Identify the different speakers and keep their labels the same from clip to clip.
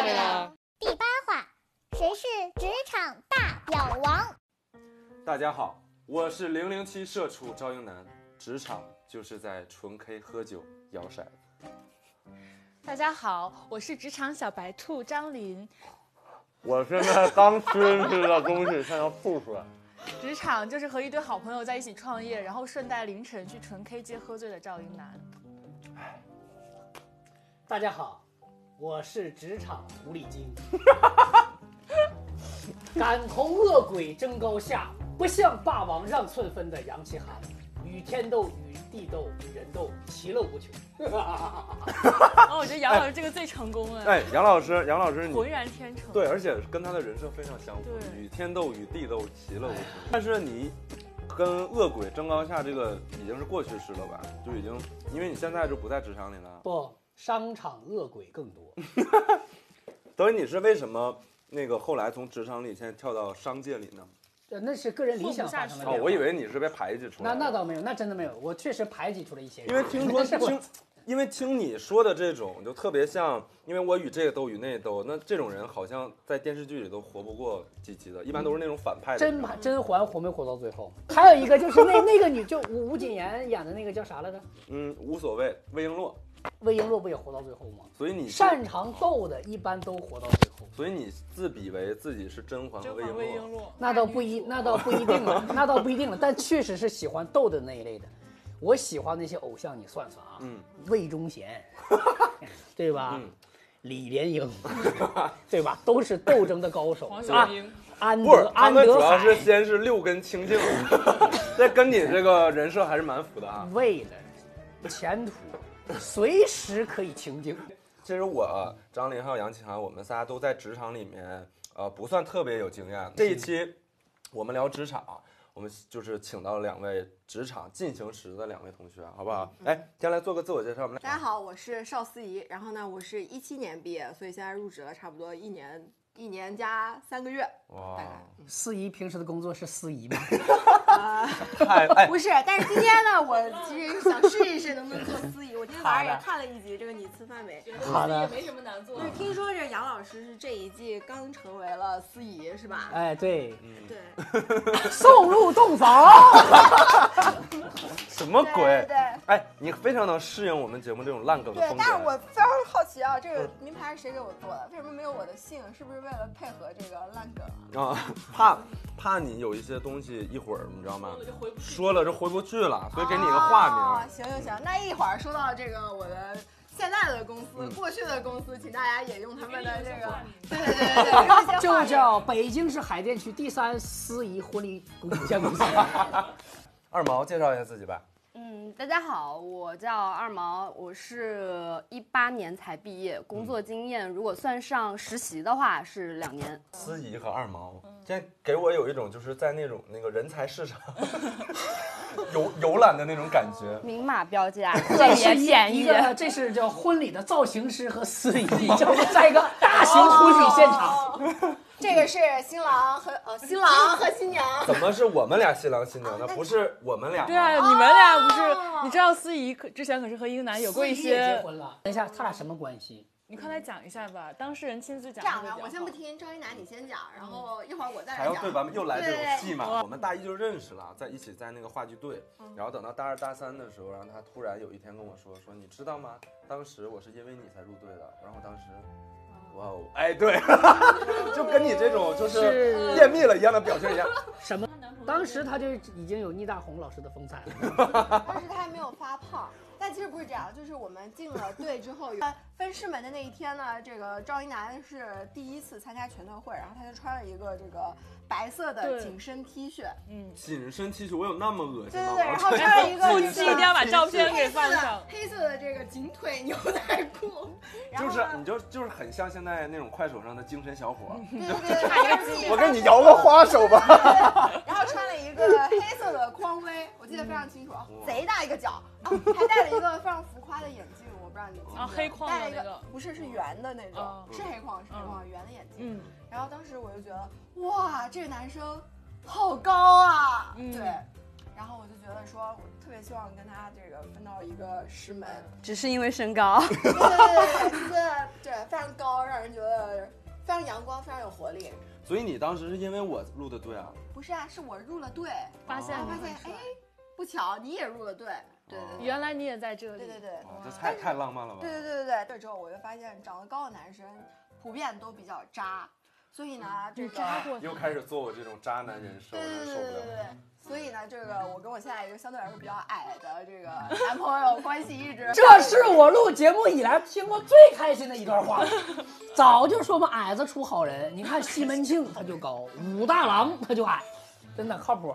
Speaker 1: 会了。
Speaker 2: 第8话，谁是职场大表王？
Speaker 3: 大家好，我是007社畜赵英男，职场就是在纯 K 喝酒摇骰子。
Speaker 1: 大家好，我是职场小白兔张琳。
Speaker 3: 我现在刚吃的东西，现在要吐出来。
Speaker 1: 职场就是和一堆好朋友在一起创业，然后顺带凌晨去纯 K 街喝醉的赵英男。
Speaker 4: 大家好，我是职场狐狸精。敢同恶鬼争高下，不向霸王让寸分的杨奇涵，与天斗，与地斗，与人斗，其乐无穷。
Speaker 1: 我觉得杨老师这个最成功了。
Speaker 3: 哎，杨老师，你
Speaker 1: 浑然天成。
Speaker 3: 对，而且跟他的人设非常相符，与天斗，与地斗，其乐无穷。但是你跟恶鬼争高下，这个已经是过去式了吧？就已经，因为你现在就不在职场里了。
Speaker 4: 不，商场恶鬼更多。
Speaker 3: 等于你是为什么那个后来从职场里现在跳到商界里呢？
Speaker 4: 那是个人理想发生的变化。
Speaker 3: 我以为你是被排挤出来的。
Speaker 4: 那倒没有，那真的没有，我确实排挤出了一些人。
Speaker 3: 因为听你说的这种，就特别像，因为我与这个斗，与那个斗，那这种人好像在电视剧里都活不过几集的，一般都是那种反派的。
Speaker 4: 甄嬛活没活到最后？还有一个就是那个女，就吴谨言演的那个叫啥来着？
Speaker 3: 无所谓，魏璎珞。
Speaker 4: 魏璎珞不也活到最后吗？
Speaker 3: 所以你
Speaker 4: 擅长斗的，一般都活到最后。
Speaker 3: 所以你自比为自己是甄嬛和魏璎珞，
Speaker 4: 那倒不一定了，那倒不一定了。但确实是喜欢斗的那一类的。我喜欢那些偶像，你算算啊，魏忠贤，对吧？李莲英，对吧？都是斗争的高手。
Speaker 1: 黄晓明，
Speaker 3: 安德海，主要是先是6根清净，这跟你这个人设还是蛮符的啊。
Speaker 4: 为了前途，随时可以清净。
Speaker 3: 其实我张琳还有杨奇涵，我们仨都在职场里面，不算特别有经验。这一期我们聊职场，我们就是请到了2位职场进行时的2位同学，好不好？哎，先来做个自我介绍。
Speaker 5: 大家好，我是邵思怡，然后呢，我是17年毕业，所以现在入职了差不多1年加3个月。
Speaker 3: 哇，
Speaker 4: 思怡平时的工作是司仪吗？
Speaker 5: 不是，但是今天呢，我其实想试一试能不能做司仪。我今天晚上也看了一集这个《你吃饭没》，
Speaker 4: 好的，
Speaker 1: 也没什么难做。
Speaker 5: 就是听说这杨老师是这一季刚成为了司仪，是吧？
Speaker 4: 哎，对，
Speaker 5: 对，
Speaker 4: 送入洞房。
Speaker 3: 什么鬼？
Speaker 5: 对，
Speaker 3: 哎，你非常能适应我们节目这种烂梗的风格。
Speaker 5: 对，但是我非常好奇啊，这个名牌是谁给我做的？为什么没有我的姓？是不是为了配合这个烂梗
Speaker 3: 啊？怕你有一些东西一会儿你知道吗？说了就回不去了，所以给你一个化名。
Speaker 5: 行，那一会儿说到这个我的现在的公司、过去的公司，请大家也用他们的这个，对，
Speaker 4: 就叫北京市海淀区第3司仪婚礼有限公司。
Speaker 3: 二毛介绍一下自己吧。
Speaker 6: 大家好，我叫二毛，我是18年才毕业，工作经验如果算上实习的话是2年。
Speaker 3: 司仪和二毛，现在给我有一种就是在那个人才市场游览的那种感觉。
Speaker 6: 明码标价，特别便宜。
Speaker 4: 这是叫婚礼的造型师和司仪，就是在一个大型婚礼现场。
Speaker 5: 这个是新郎和新娘。
Speaker 3: 怎么是我们俩新郎新娘呢？不是我们俩。
Speaker 1: 对啊，你们俩不是？你知道司仪之前可是和英男有过一些
Speaker 4: 结婚了。等一下，他俩什么关系？
Speaker 1: 你快来讲一下吧，当事人亲自讲。
Speaker 5: 这样吧，我先不听，赵一楠你先讲，然后一会儿我再来讲。
Speaker 3: 还要对吧？又来这种戏嘛。我们大1就认识了，一起在那个话剧队，然后等到大2、大3的时候，然后他突然有一天跟我说你知道吗？当时我是因为你才入队的，然后当时。哇哦，哎，对，就跟你这种就是便秘了一样的表情一样。
Speaker 4: 什么？当时他就已经有倪大红老师的风采了。
Speaker 5: 当时他还没有发胖，但其实不是这样，就是我们进了队之后，分师门的那一天呢，这个赵一楠是第1次参加全特会，然后他就穿了一个这个白色的紧身 T 恤，
Speaker 3: 紧身 T 恤，我有那么恶心吗？
Speaker 5: 对，然后穿了一个
Speaker 1: 后期一定要把照片给放上，
Speaker 5: 黑色的这个紧腿牛仔裤，
Speaker 3: 你就是很像现在那种快手上的精神小伙，
Speaker 5: 对，
Speaker 3: 我给你摇个花手吧。
Speaker 5: 然后穿了一个黑色的匡威，我记得非常清楚，贼大一个角，还戴了一个非常浮夸的眼镜，我不知道你记不记得，
Speaker 1: 黑框的那个，
Speaker 5: 不是圆的那种，是黑框，圆的眼镜。然后当时我就觉得，哇，这个男生好高啊，对。 然后我就觉得说，我特别希望跟他这个分到一个师门，
Speaker 6: 只是因为身高。
Speaker 5: 对，非常高，让人觉得非常阳光，非常有活力。
Speaker 3: 所以你当时是因为我入的队啊？
Speaker 5: 不是啊，是我入了队，
Speaker 1: 发现
Speaker 5: 哎，不巧你也入了队，对，
Speaker 1: 原来你也在这里，
Speaker 5: 对，
Speaker 3: 这太浪漫了吧？
Speaker 5: 对。这之后我就发现，长得高的男生普遍都比较渣，所以呢，这个
Speaker 3: 又开始做我这种渣男人设，我真受不了。
Speaker 5: 对。所以呢，这个我跟我现在一个相对来说比较矮的这个男朋友关系一直，
Speaker 4: 这是我录节目以来听过最开心的一段话。早就说嘛，矮子出好人。你看西门庆他就高，武大郎他就矮，真的靠谱。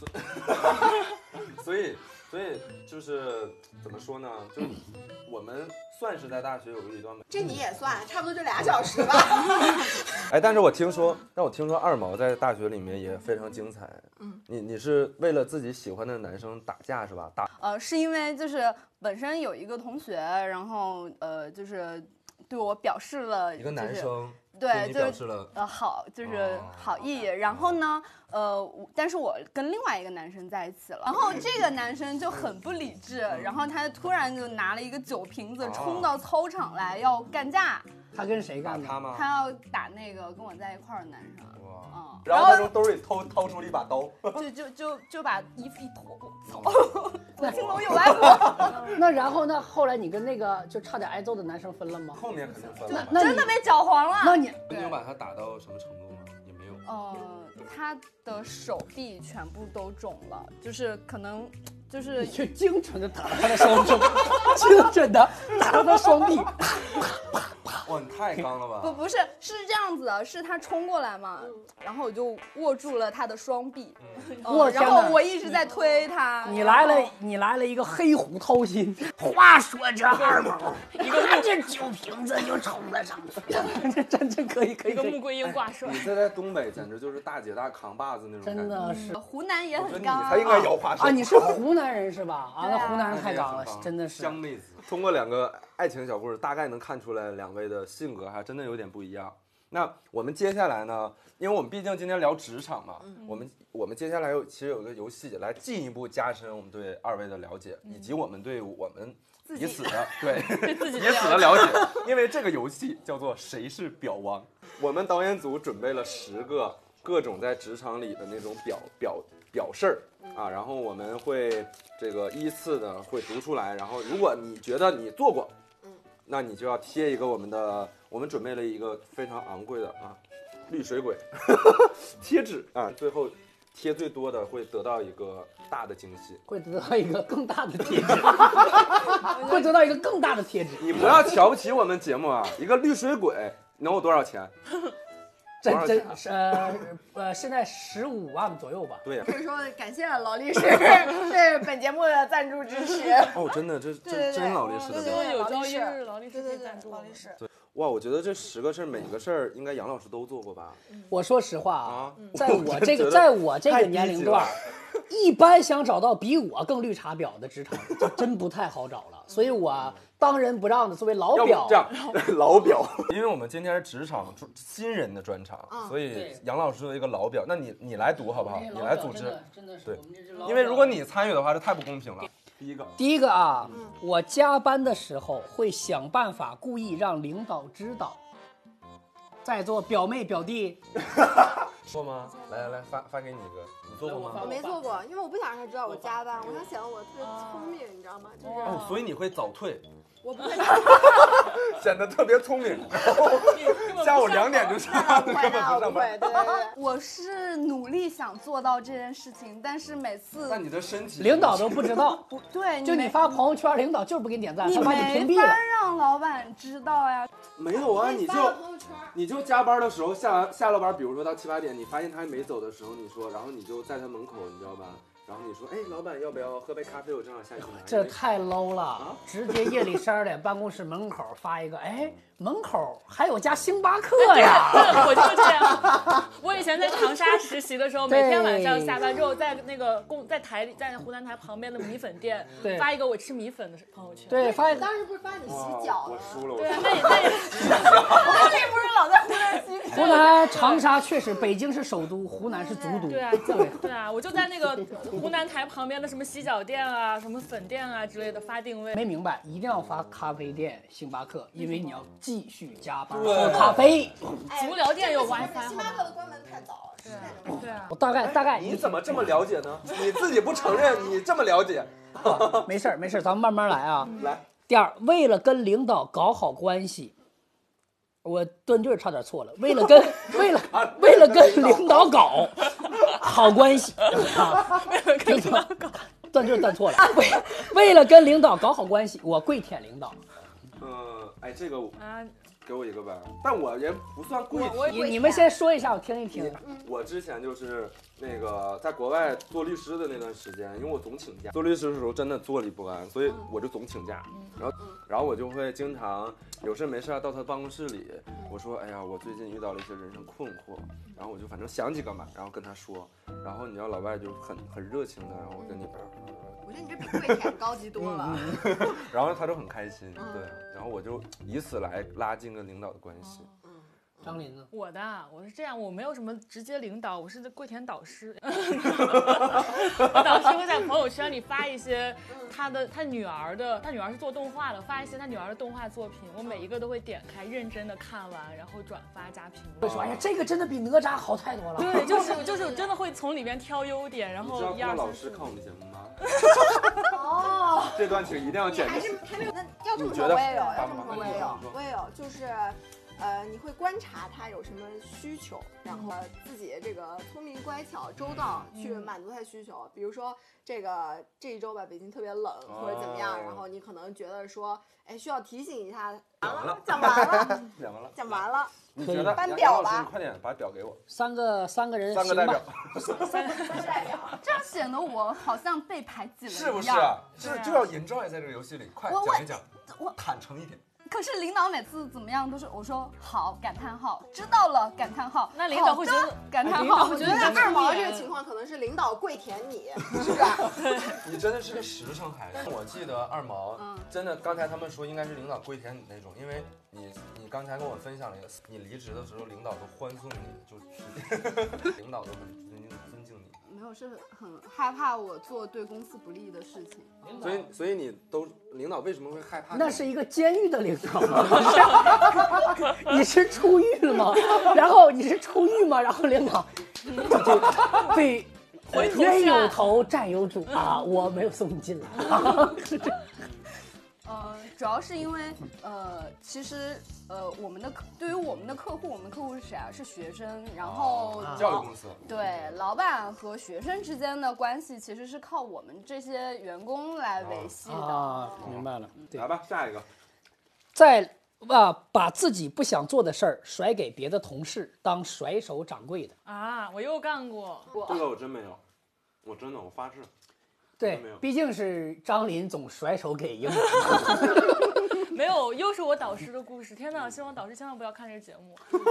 Speaker 3: 所以就是怎么说呢？就我们算是在大学有过一段，
Speaker 5: 这你也算，差不多就2小时吧。
Speaker 3: 哎，但我听说二毛在大学里面也非常精彩。你是为了自己喜欢的男生打架是吧？
Speaker 6: 是因为就是本身有一个同学，然后就是对我表示了
Speaker 3: 一个男生。
Speaker 6: 对，
Speaker 3: 表示了
Speaker 6: 好，就是好意。然后呢，但是我跟另外一个男生在一起了，然后这个男生就很不理智，然后他突然就拿了一个酒瓶子冲到操场来要干架。
Speaker 4: 他跟谁干的？
Speaker 3: 他吗？
Speaker 6: 他要打那个跟我在一块儿的男生。
Speaker 3: 哇！然后他从兜里掏出了一把刀，
Speaker 6: 就把衣服一脱，我操！我青龙有来福。
Speaker 4: 那然后呢？后来你跟那个就差点挨揍的男生分了吗？
Speaker 3: 后面肯定分了。
Speaker 6: 真的被搅黄了。
Speaker 4: 那你
Speaker 3: 有把他打到什么程度吗？也没有。
Speaker 6: 他的手臂全部都肿了，就是可能就是
Speaker 4: 你去精准的打了他的双手，精准的打了他双臂。
Speaker 3: 哇，你太刚了吧！
Speaker 6: 不是这样子的，是他冲过来嘛，然后我就握住了他的双臂，然后我一直在推他。
Speaker 4: 你来了一个黑虎掏心。话说这二毛，拿着酒瓶子就冲了上去，这真可以。
Speaker 1: 一个穆桂英挂帅。
Speaker 3: 你这在东北简直就是大姐大扛把子那种感觉。
Speaker 4: 真的是。
Speaker 6: 湖南也很刚。
Speaker 3: 你才应该摇花生
Speaker 4: 啊！你是湖南人是吧？啊，那湖南人太刚了，真的是。
Speaker 3: 香妹子。通过2个爱情小故事，大概能看出来2位的性格还真的有点不一样。那我们接下来呢？因为我们毕竟今天聊职场嘛，我们接下来其实有一个游戏来进一步加深我们对2位的了解，以及我们对我们彼此的彼此的了解。因为这个游戏叫做谁是表王，我们导演组准备了10个各种在职场里的那种表事儿啊，然后我们会这个依次的会读出来，然后如果你觉得你做过，那你就要贴一个我们准备了一个非常昂贵的绿水鬼贴纸啊，最后贴最多的会得到一个大的惊喜，
Speaker 4: 会得到一个更大的贴纸，会得到一个更大的贴纸。
Speaker 3: 你不要瞧不起我们节目啊！一个绿水鬼能有多少钱？
Speaker 4: 现在15万左右吧。
Speaker 3: 对呀。
Speaker 5: 所以说，感谢劳律师对本节目的赞助支持。
Speaker 3: 哦，真的，这真劳律师的料。
Speaker 1: 有朝一日劳律师可以赞助我们。
Speaker 3: 对，哇，我觉得这10个事儿，每个事儿应该杨老师都做过吧？
Speaker 4: 我说实话啊，在我这个年龄段，一般想找到比我更绿茶婊的职场，就真不太好找了。所以我当仁不让的作为老表，
Speaker 3: 这样老表，因为我们今天是职场新人的专场，所以杨老师作为一个老表，那你来读好不好？你来组织，
Speaker 4: 真的是
Speaker 3: 对，因为如果你参与的话，这太不公平了。第一个
Speaker 4: 啊，我加班的时候会想办法故意让领导知道。在座表妹表弟
Speaker 3: 做吗？来发给你一个，你做过吗？
Speaker 5: 我没做过，因为我不想让他知道我加班，我想显得我特别聪明，你知道吗？就是
Speaker 3: 哦，所以你会早退。
Speaker 5: 我不会，
Speaker 3: 显得特别聪明，然后下午2点就上班，根本不上班。
Speaker 5: 对，
Speaker 6: 我是努力想做到这件事情，但是每次
Speaker 3: 那你的身体
Speaker 4: 领导都不知道，
Speaker 6: 不对，
Speaker 4: 就你发朋友圈，领导就是不给你点赞，
Speaker 6: 你
Speaker 4: 他把你屏蔽了。
Speaker 6: 让老板知道呀？
Speaker 3: 没有啊，你就加班的时候下了班，比如说到7、8点，你发现他还没走的时候，你说，然后你就在他门口，你知道吧？然后你说，哎，老板要不要喝杯咖啡？我正好下去拿。
Speaker 4: 这太 low 了，直接夜里12点办公室门口发一个，哎， 门口还有家星巴克呀。
Speaker 1: 对，我就是这样。我以前在长沙实习的时候，每天晚上下班之后，在那个在湖南台旁边的米粉店发一个我吃米粉的朋友圈。
Speaker 4: 对，发
Speaker 5: 你当时不是发你洗脚
Speaker 3: 我输了。
Speaker 1: 对啊，那也。
Speaker 5: 你不是老在湖南洗脚？
Speaker 4: 湖南长沙确实，北京是首都，湖南是足都。
Speaker 1: 对啊，我就在那个湖南台旁边的什么洗脚店啊、什么粉店啊之类的发定位。
Speaker 4: 没明白，一定要发咖啡店、星巴克，因为你要继续加班喝咖啡。
Speaker 1: 足疗店有 WiFi。
Speaker 5: 星巴克的关门太早了。
Speaker 1: 对啊。
Speaker 4: 我大概
Speaker 3: 你怎么这么了解呢？你自己不承认，你这么了解。
Speaker 4: 没事，咱们慢慢来啊。
Speaker 3: 来。
Speaker 4: 第二，为了跟领导搞好关系。我断句差点错了，为了跟领导搞好关系啊，跟领导搞断句断错了，为了跟领导搞好关系，我跪舔领导。
Speaker 3: 这个给我一个吧，但我也不算跪舔。
Speaker 4: 你们先说一下，我听一听。
Speaker 3: 我之前就是那个在国外做律师的那段时间，因为我总请假，做律师的时候真的坐立不安，所以我就总请假。然后我就会经常有事没事到他办公室里，我说哎呀，我最近遇到了一些人生困惑，然后我就反正想几个嘛，然后跟他说，然后你知道老外就很热情的，然后我跟你。
Speaker 5: 我觉得你这比跪舔高级多了。
Speaker 3: 然后他就很开心，对，然后我就以此来拉近跟领导的关系。
Speaker 4: 张琳呢？
Speaker 1: 我是这样，我没有什么直接领导，我是跪舔导师。导师会在朋友圈里发一些他女儿是做动画的，发一些他女儿的动画作品，我每一个都会点开认真的看完，然后转发加评论。
Speaker 4: 会说哎呀，这个真的比哪吒好太多了。
Speaker 1: 对，就是真的会从里面挑优点，然后
Speaker 3: 你知道老师看我们节目吗？
Speaker 5: 哦，
Speaker 3: 这段请一定要剪。
Speaker 5: 还没有，那要这么说我也有，就是。你会观察他有什么需求，然后自己这个聪明乖巧周到去满足他的需求。比如说这一周吧，北京特别冷或者怎么样，然后你可能觉得说，哎，需要提醒一下。讲完了。
Speaker 3: 你觉得
Speaker 5: 班表吧？
Speaker 3: 快点把表给我。
Speaker 4: 三个人，
Speaker 3: 三个代表。
Speaker 6: 这样显得我好像被排挤了一样。
Speaker 3: 是不是？就要 enjoy 在这个游戏里，快讲一讲，坦诚一点。
Speaker 6: 可是领导每次怎么样都是我说好感叹号，知道了感叹号，
Speaker 1: 那领导会觉得
Speaker 6: 感叹号。
Speaker 5: 我觉得二毛这个情况可能是领导跪舔你，是吧？
Speaker 3: 你真的是个实诚孩子。我记得二毛真的，刚才他们说应该是领导跪舔你那种，因为你刚才跟我分享了一个，你离职的时候领导都欢送你，就领导都很尊敬你。
Speaker 6: 没有，是很害怕我做对公司不利的事情。
Speaker 3: 所以领导为什么会害怕？
Speaker 4: 那是一个监狱的领导吗？你是出狱了吗？然后你是出狱吗？然后领导就被冤有头债有主啊，我没有送你进来。
Speaker 6: 主要是因为其实对于我们的客户，是谁啊？是学生，然后
Speaker 3: 教育公司。
Speaker 6: 对，老板和学生之间的关系其实是靠我们这些员工来维系的。
Speaker 4: 明白了。
Speaker 3: 来吧，下一个。
Speaker 4: 把自己不想做的事儿甩给别的同事当甩手掌柜的
Speaker 1: 啊！我又干过。
Speaker 3: 这个我真没有，我发誓。
Speaker 4: 对，毕竟是张琳总甩手给英文。
Speaker 1: 没有，又是我导师的故事。天哪，希望导师千万不要看这个节目。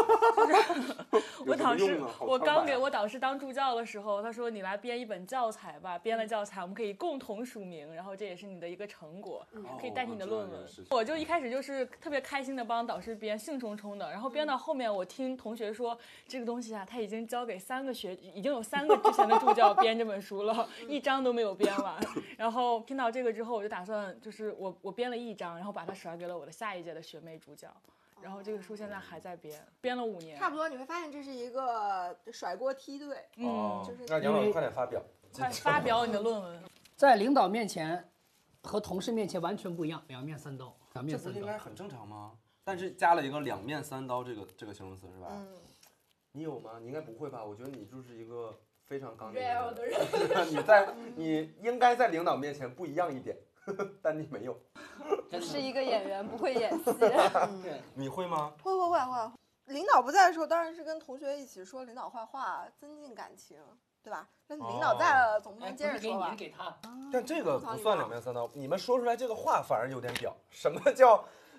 Speaker 1: 我刚给我导师当助教的时候，他说你来编一本教材吧，编了教材我们可以共同署名，然后这也是你的一个成果，可以代替你的论文。我就一开始就是特别开心的帮导师编，兴冲冲的，然后编到后面我听同学说这个东西啊，他已经交给已经有3个之前的助教编这本书了，一章都没有编完。然后听到这个之后，我就打算就是我编了1章，然后把它甩给了我的下一届的学妹助教。然后这个书现在还在编了5年，
Speaker 5: 差不多。你会发现这是一个甩锅梯队。
Speaker 3: 就是那杨老师快点发表，
Speaker 1: 快发表你的论文。
Speaker 4: 在领导面前和同事面前完全不一样，两面三刀。
Speaker 3: 这不应该很正常吗？但是加了一个2面3刀这个形容词是吧？你有吗？你应该不会吧？我觉得你就是一个非常刚烈的人。你应该在领导面前不一样一点，但你没有。
Speaker 6: 是一个演员，不会演戏。
Speaker 3: 你会吗？
Speaker 5: 会。领导不在的时候，当然是跟同学一起说领导坏话，增进感情，对吧？那领导在了，总不能接着说吧？
Speaker 4: 给他。
Speaker 3: 但这个不算2面3刀，你们说出来这个话反而有点表。什么叫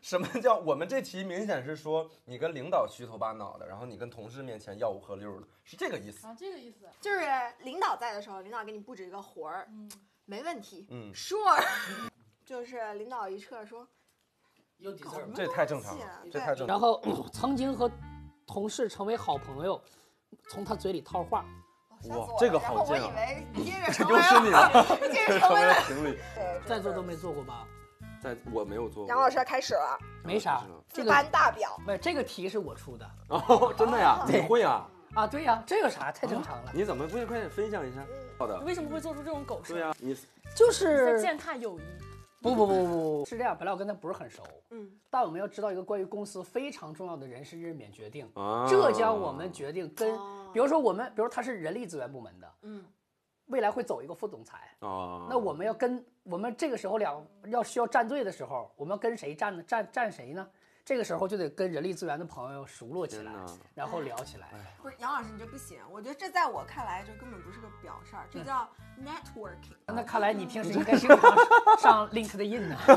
Speaker 3: 什么叫我们这题明显是说你跟领导虚头巴脑的，然后你跟同事面前吆五喝六的，是这个意思
Speaker 1: 啊？这个意思
Speaker 5: 就是领导在的时候，领导给你布置一个活儿，没问题
Speaker 3: ，sure，
Speaker 5: 就是领导一撤说，
Speaker 3: 这太正常了，这太正常了。
Speaker 4: 然后曾经和同事成为好朋友，从他嘴里套话。
Speaker 3: 哇，这个好
Speaker 5: 贱
Speaker 3: 啊！
Speaker 5: 我以为接着
Speaker 3: 这
Speaker 5: 成为
Speaker 3: 又是你了，
Speaker 5: 接着成为了
Speaker 3: 情侣。
Speaker 4: 在座都没做过吧？
Speaker 3: 我没有做过。
Speaker 5: 杨老师开始了，
Speaker 4: 没啥。
Speaker 5: 自班大表。
Speaker 4: 不是这个题是我出的。
Speaker 3: 哦，真的呀？你会啊？
Speaker 4: 啊，对呀，这有啥？太正常了。
Speaker 3: 你怎么不快点分享一下？好的。
Speaker 1: 为什么会做出这种狗事？
Speaker 3: 对呀，你
Speaker 4: 就是
Speaker 1: 在践踏友谊。
Speaker 4: 不，是这样。本来我跟他不是很熟，但我们要知道一个关于公司非常重要的人事任免决定，这将我们决定跟，比如说他是人力资源部门的，未来会走一个副总裁，那我们要跟我们这个时候需要站队的时候，我们要跟谁站呢？站谁呢？这个时候就得跟人力资源的朋友熟络起来，然后聊起来。
Speaker 5: 不是杨老师，你这不行，我觉得这在我看来，这根本不是个表事儿，这叫 networking。
Speaker 4: 那看来你平时应该经常上 LinkedIn 呢。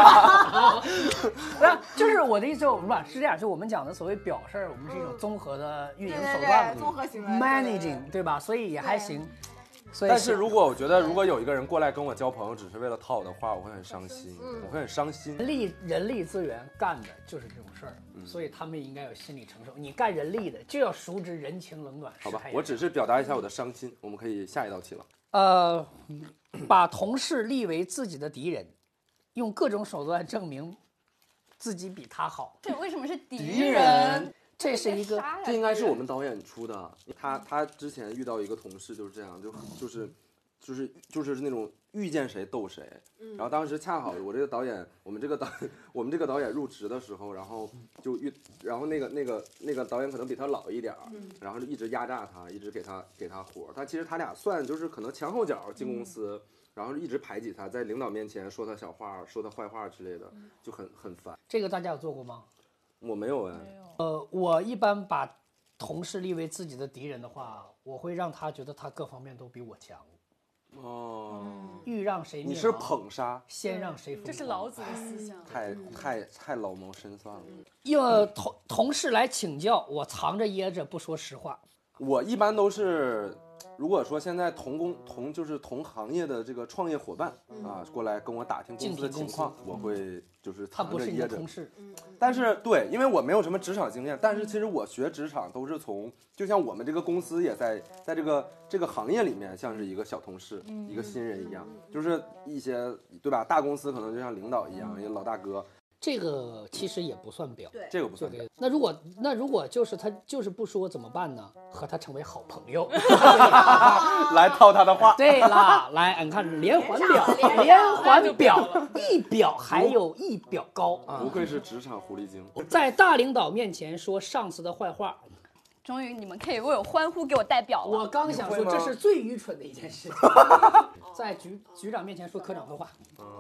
Speaker 4: 不是，就是我的意思，是这样，就我们讲的所谓表事儿，我们是一种综合的运营手段，
Speaker 5: 综合行为
Speaker 4: ，managing， 对吧？所以也还行。
Speaker 3: 但是如果我觉得如果有一个人过来跟我交朋友，只是为了套我的话，我会很伤心，我会很伤心。
Speaker 4: 人力资源干的就是这种事儿，所以他们应该有心理承受。你干人力的就要熟知人情冷暖。
Speaker 3: 好吧，我只是表达一下我的伤心。我们可以下一道题了。
Speaker 4: 把同事立为自己的敌人，用各种手段证明自己比他好。
Speaker 6: 这为什么是敌人？
Speaker 4: 这是一个，
Speaker 3: 这应该是我们导演出的。他之前遇到一个同事就是这样，就是那种遇见谁逗谁。然后当时恰好我们这个导演入职的时候，然后那个导演可能比他老一点，然后就一直压榨他，一直给他活。其实他俩算就是可能前后脚进公司。然后一直排挤他，在领导面前说他小话，说他坏话之类的，就很烦。
Speaker 4: 这个大家有做过吗？
Speaker 3: 我没有哎。
Speaker 4: 我一般把同事立为自己的敌人的话，我会让他觉得他各方面都比我强。欲让谁灭亡，
Speaker 3: 你是捧杀，
Speaker 4: 先让谁疯狂。
Speaker 1: 这是老子的思想。
Speaker 3: 太老谋深算了。
Speaker 4: 因同事来请教，我藏着掖着不说实话。
Speaker 3: 我一般都是。如果说现在同行业的这个创业伙伴过来跟我打听公司的情况，我会就是藏着掖着。他不是你的
Speaker 4: 同事，
Speaker 3: 但是对，因为我没有什么职场经验，但是其实我学职场都是就像我们这个公司也在这个行业里面，像是一个小同事，一个新人一样，就是一些对吧？大公司可能就像领导一样，一个老大哥。
Speaker 4: 这个其实也不算表，
Speaker 3: 这个不算表。
Speaker 4: 那如果就是他就是不说怎么办呢？和他成为好朋友，
Speaker 3: 来套他的话。
Speaker 4: 对啦，来，你看连环表，一表还有一表高啊！
Speaker 3: 不愧是职场狐狸精，
Speaker 4: 在大领导面前说上司的坏话。
Speaker 6: 终于你们可以为我欢呼，给我带表了。
Speaker 4: 我刚想说这是最愚蠢的一件事，在局长面前说科长的话。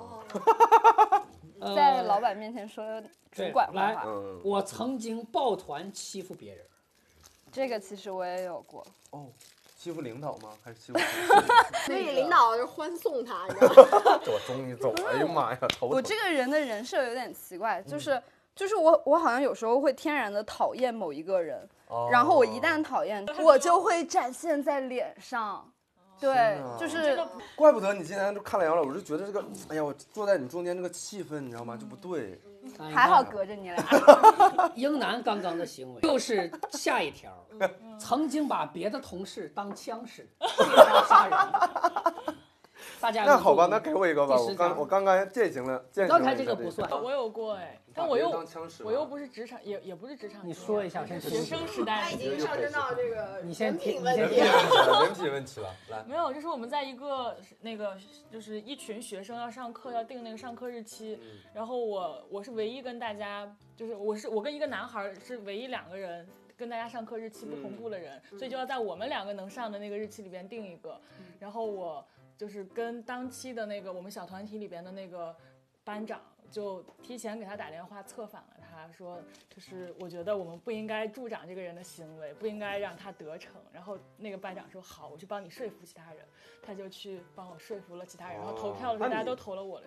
Speaker 6: 在老板面前说主管坏话。
Speaker 4: 我曾经抱团欺负别人，
Speaker 6: 这个其实我也有过。
Speaker 3: 欺负领导吗？还是欺负？
Speaker 5: 所以领导就欢送他，你知道吗？
Speaker 3: 我终于走了，哎呀妈呀！
Speaker 6: 我这个人的人设有点奇怪，就是我好像有时候会天然的讨厌某一个人，然后我一旦讨厌，我就会展现在脸上。对，就是
Speaker 3: 怪不得你今天就看了杨老，我就觉得这个，哎呀，我坐在你中间这个气氛，你知道吗？就不对。
Speaker 6: 还好隔着你俩。
Speaker 4: 英男刚刚的行为就是下一条，曾经把别的同事当枪使，借刀杀人。大家
Speaker 3: 那好吧，那给我一个吧。我刚刚践行了。
Speaker 4: 刚才这个不算，
Speaker 1: 我有过哎，但我又不是职场，也不是职场。
Speaker 4: 你说一下，
Speaker 1: 学生时代。
Speaker 5: 他已经上升到这个
Speaker 4: 人
Speaker 5: 品问题
Speaker 3: 了。来，
Speaker 1: 没有，就是我们在一个就是一群学生要上课，要定那个上课日期，然后我是唯一跟大家，就是我跟一个男孩是唯一2个人。跟大家上课日期不同步的人，所以就要在我们2个能上的那个日期里边定一个。然后我就是跟当期的那个我们小团体里边的那个班长，就提前给他打电话策反了他，说就是我觉得我们不应该助长这个人的行为，不应该让他得逞。然后那个班长说好，我去帮你说服其他人，他就去帮我说服了其他人，然后投票的时候大家都投了我的时间。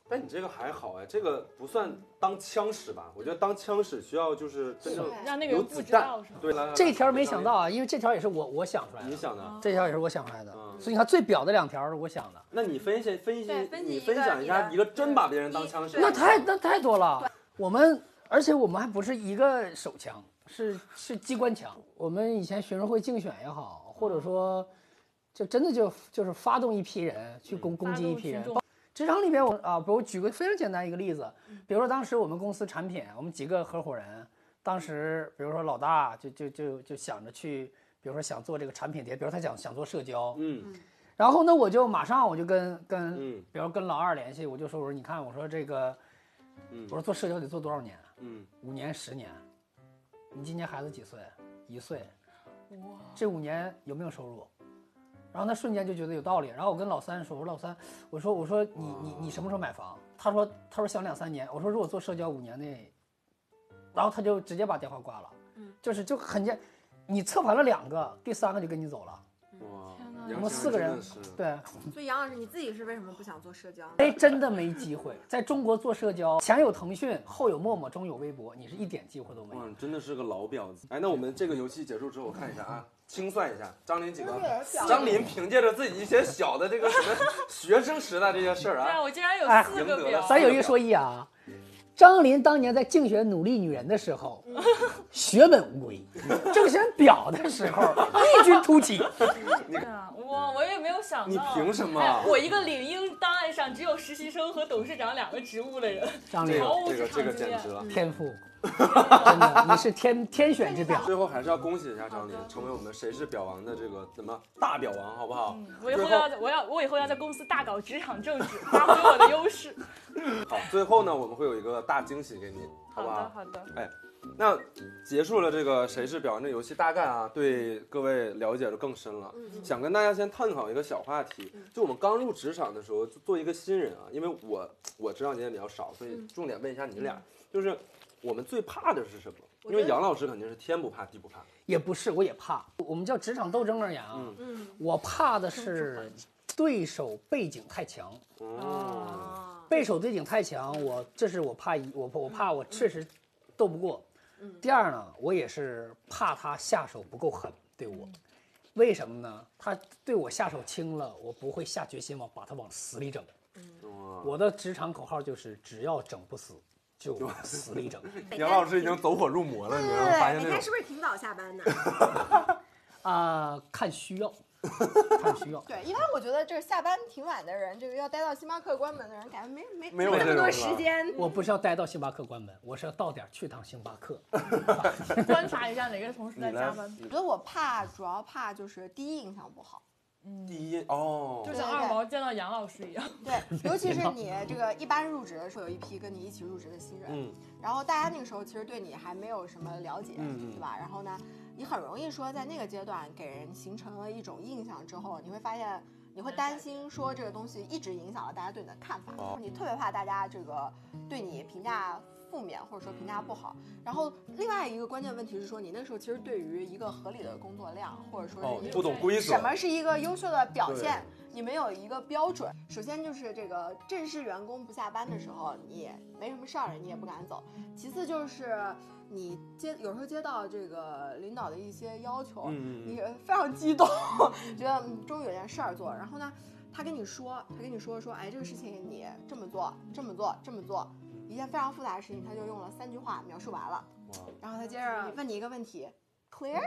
Speaker 3: 但你这个还好哎，这个不算当枪使吧？我觉得当枪使需要就是真正
Speaker 1: 让那个人不知道是吗？
Speaker 3: 对，来
Speaker 4: 这条没想到啊，因为这条也是我想出来的。
Speaker 3: 你想的？
Speaker 4: 这条也是我想出来的。所以你看最表的2条是我想的。
Speaker 3: 那你分析，
Speaker 5: 你
Speaker 3: 分享一下一个真把别人当枪使。
Speaker 4: 那太多了。而且我们还不是一个手枪，是机关枪。我们以前学生会竞选也好，或者说，就真的就是发动一批人去攻击一批人。职场里边比如举个非常简单一个例子，比如说当时我们公司产品，我们几个合伙人，当时比如说老大就想着去，比如说想做这个产品碟，比如他想做社交，然后呢我就马上跟比如跟老二联系，我就说你看我说这个，我说做社交得做多少年？5年10年，你今年孩子几岁？1岁，哇，这5年有没有收入？然后他瞬间就觉得有道理。然后我跟老三说，我说老三，我说你什么时候买房？他说想2、3年。我说如果做社交5年内，然后他就直接把电话挂了。就很简，你测完了2个，第3个就跟你走了。
Speaker 3: 哇，
Speaker 4: 我们4个人，对。
Speaker 5: 所以杨老师，你自己是为什么不想做社交？
Speaker 4: 真的没机会。在中国做社交，前有腾讯，后有陌陌，中有微博，你是一点机会都没有。
Speaker 3: 真的是个老婊子。那我们这个游戏结束之后，我看一下啊。清算一下，张琳几个？张琳凭借着自己一些小的这个什么学生时代这些事儿啊，
Speaker 1: 对啊，我竟然有4个表。
Speaker 4: 咱有一说一啊，张琳当年在竞选努力女人的时候，血本无归；竞选表的时候，异军突起。
Speaker 1: 对啊，我也没有想到。
Speaker 3: 你凭什么？
Speaker 1: 我一个领英档案上只有实习生和董事长2个职务的人，
Speaker 4: 张琳
Speaker 1: 毫无职场经验，
Speaker 3: 简直了，
Speaker 4: 天赋。真的，你是天选之表。
Speaker 3: 最后还是要恭喜一下张琳，成为我们谁是表王的这个什么大表王，好不好？
Speaker 1: 我以后要在公司大搞职场政治，发挥我的优势。
Speaker 3: 好，最后呢，我们会有一个大惊喜给你，好不好？
Speaker 1: 好的。
Speaker 3: 哎，那结束了这个谁是表王这游戏，大概啊对各位了解的更深了。想跟大家先探讨一个小话题，就我们刚入职场的时候，做一个新人啊，因为我职场经验比较少，所以重点问一下你俩，就是我们最怕的是什么？因为杨老师肯定是天不怕地不怕，
Speaker 4: 也不是，我也怕。我们叫职场斗争而言啊，我怕的是对手背景太强。背手背景太强，这是我怕我怕我确实斗不过。第二呢，我也是怕他下手不够狠对我。为什么呢？他对我下手轻了，我不会下决心把他往死里整。我的职场口号就是只要整不死就往死里整。
Speaker 3: 杨老师已经走火入魔了，你有没有发现？
Speaker 5: 每天是不是挺早下班的？
Speaker 4: 看需要。看需要。
Speaker 5: 对，一般我觉得这下班挺晚的人，这个要待到星巴克关门的人，感觉没
Speaker 3: 有
Speaker 5: 那么多时间。
Speaker 4: 我不是要待到星巴克关门，我是要到点去趟星巴克，
Speaker 1: 观察一下哪个同事在加班。
Speaker 5: 我觉得我主要怕就是第一印象不好。
Speaker 1: 就像2毛见到杨老师一样。
Speaker 5: 对，尤其是你这个一般入职的时候，有一批跟你一起入职的新人，然后大家那个时候其实对你还没有什么了解，对吧？然后呢，你很容易说在那个阶段给人形成了一种印象之后，你会发现你会担心说这个东西一直影响了大家对你的看法，你特别怕大家这个对你评价负面或者说评价不好。然后另外一个关键问题是说，你那时候其实对于一个合理的工作量，或者说是
Speaker 3: 不懂规则，
Speaker 5: 什么是一个优秀的表现，你没有一个标准。首先就是这个正式员工不下班的时候，你也没什么事儿，你也不敢走。其次就是你有时候接到这个领导的一些要求，你非常激动，觉得终于有件事儿做。然后呢，他跟你说，哎，这个事情你这么做，一件非常复杂的事情，他就用了3句话描述完了。然后他接着问你一个问题 ，clear？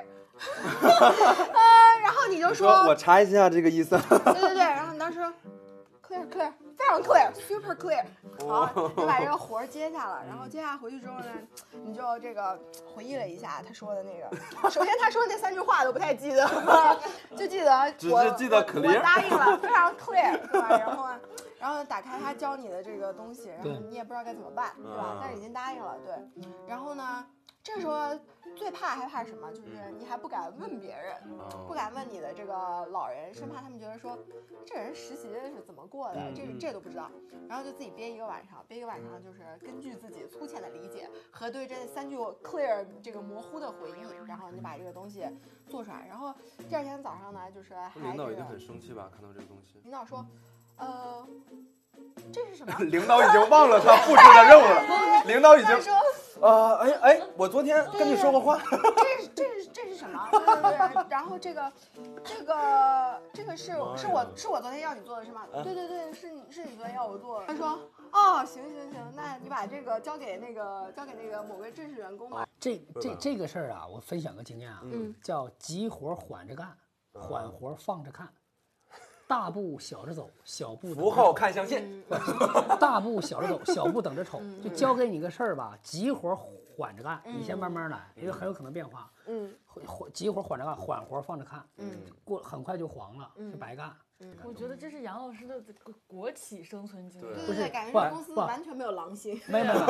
Speaker 5: 然后你就说，
Speaker 3: 我查一下这个意思。
Speaker 5: 对，然后你当时 clear， 非常 clear，super clear。好，你把这个活接下了，然后接下回去之后呢，你就这个回忆了一下他说的那个。首先他说的那3句话都不太记得，就记得
Speaker 3: 只是记得 clear，
Speaker 5: 我答应了，非常 clear， 对吧？然后打开他教你的这个东西，然后你也不知道该怎么办，对吧？但是已经答应了，对。然后呢，这时候最害怕什么？就是你还不敢问别人，不敢问你的这个老人，生怕他们觉得说这人实习是怎么过的，这都不知道。然后就自己憋一个晚上，就是根据自己粗浅的理解和对这3句 clear 这个模糊的回忆，然后你把这个东西做出来。然后第2天早上呢，就是还是
Speaker 3: 领导一定很生气吧？看到这个东西，
Speaker 5: 领导说。 这是什么？
Speaker 3: 领导已经忘了他布置的任务了，领导已经我昨天跟你说过话。
Speaker 5: 这是什么？对，然后这个是我昨天要你做的是吗？对，是你昨天要我做的。他说哦，行，那你把这个交给那个某位正式员工吧。
Speaker 4: 这个事儿啊，我分享个经验啊，叫急活缓着干，缓活放着看。大步小着走，小步
Speaker 3: 符号看象限。
Speaker 4: 大步小着走，小步等着瞅。就交给你个事儿吧，急活缓着干，你先慢慢来，因为很有可能变化。急活缓着干，缓活放着看。过很快就黄了，就白干。
Speaker 1: 我觉得这是杨老师的国企生存经验。
Speaker 5: 不是，感觉这公司完全没有狼性。
Speaker 4: 没有，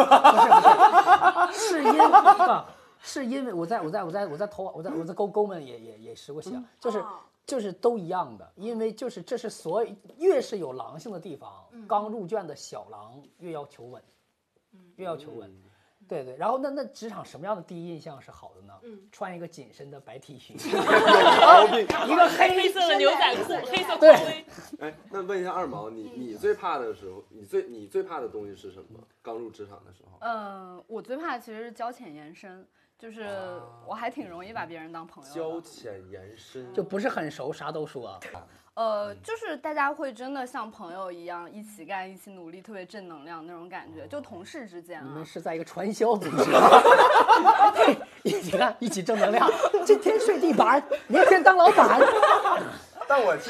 Speaker 4: 是因为我在沟们也实过血，就是都一样的，因为这是越是有狼性的地方，刚入圈的小狼越要求稳，对，然后那职场什么样的第一印象是好的呢？穿一个紧身的白 T 恤，一个黑
Speaker 1: 色的牛仔裤，黑色
Speaker 4: 对。
Speaker 3: 哎，那问一下二毛，你最怕的时候，你最怕的东西是什么？刚入职场的时候？
Speaker 6: 我最怕的其实是交浅言深。就是我还挺容易把别人当朋友的，
Speaker 3: 交浅言深，
Speaker 4: 就不是很熟，啥都说。
Speaker 6: 就是大家会真的像朋友一样一起干、一起努力，特别正能量那种感觉，就同事之间。
Speaker 4: 你们是在一个传销组织，一起干，一起正能量，今天睡地板，明天当老板。
Speaker 3: 但我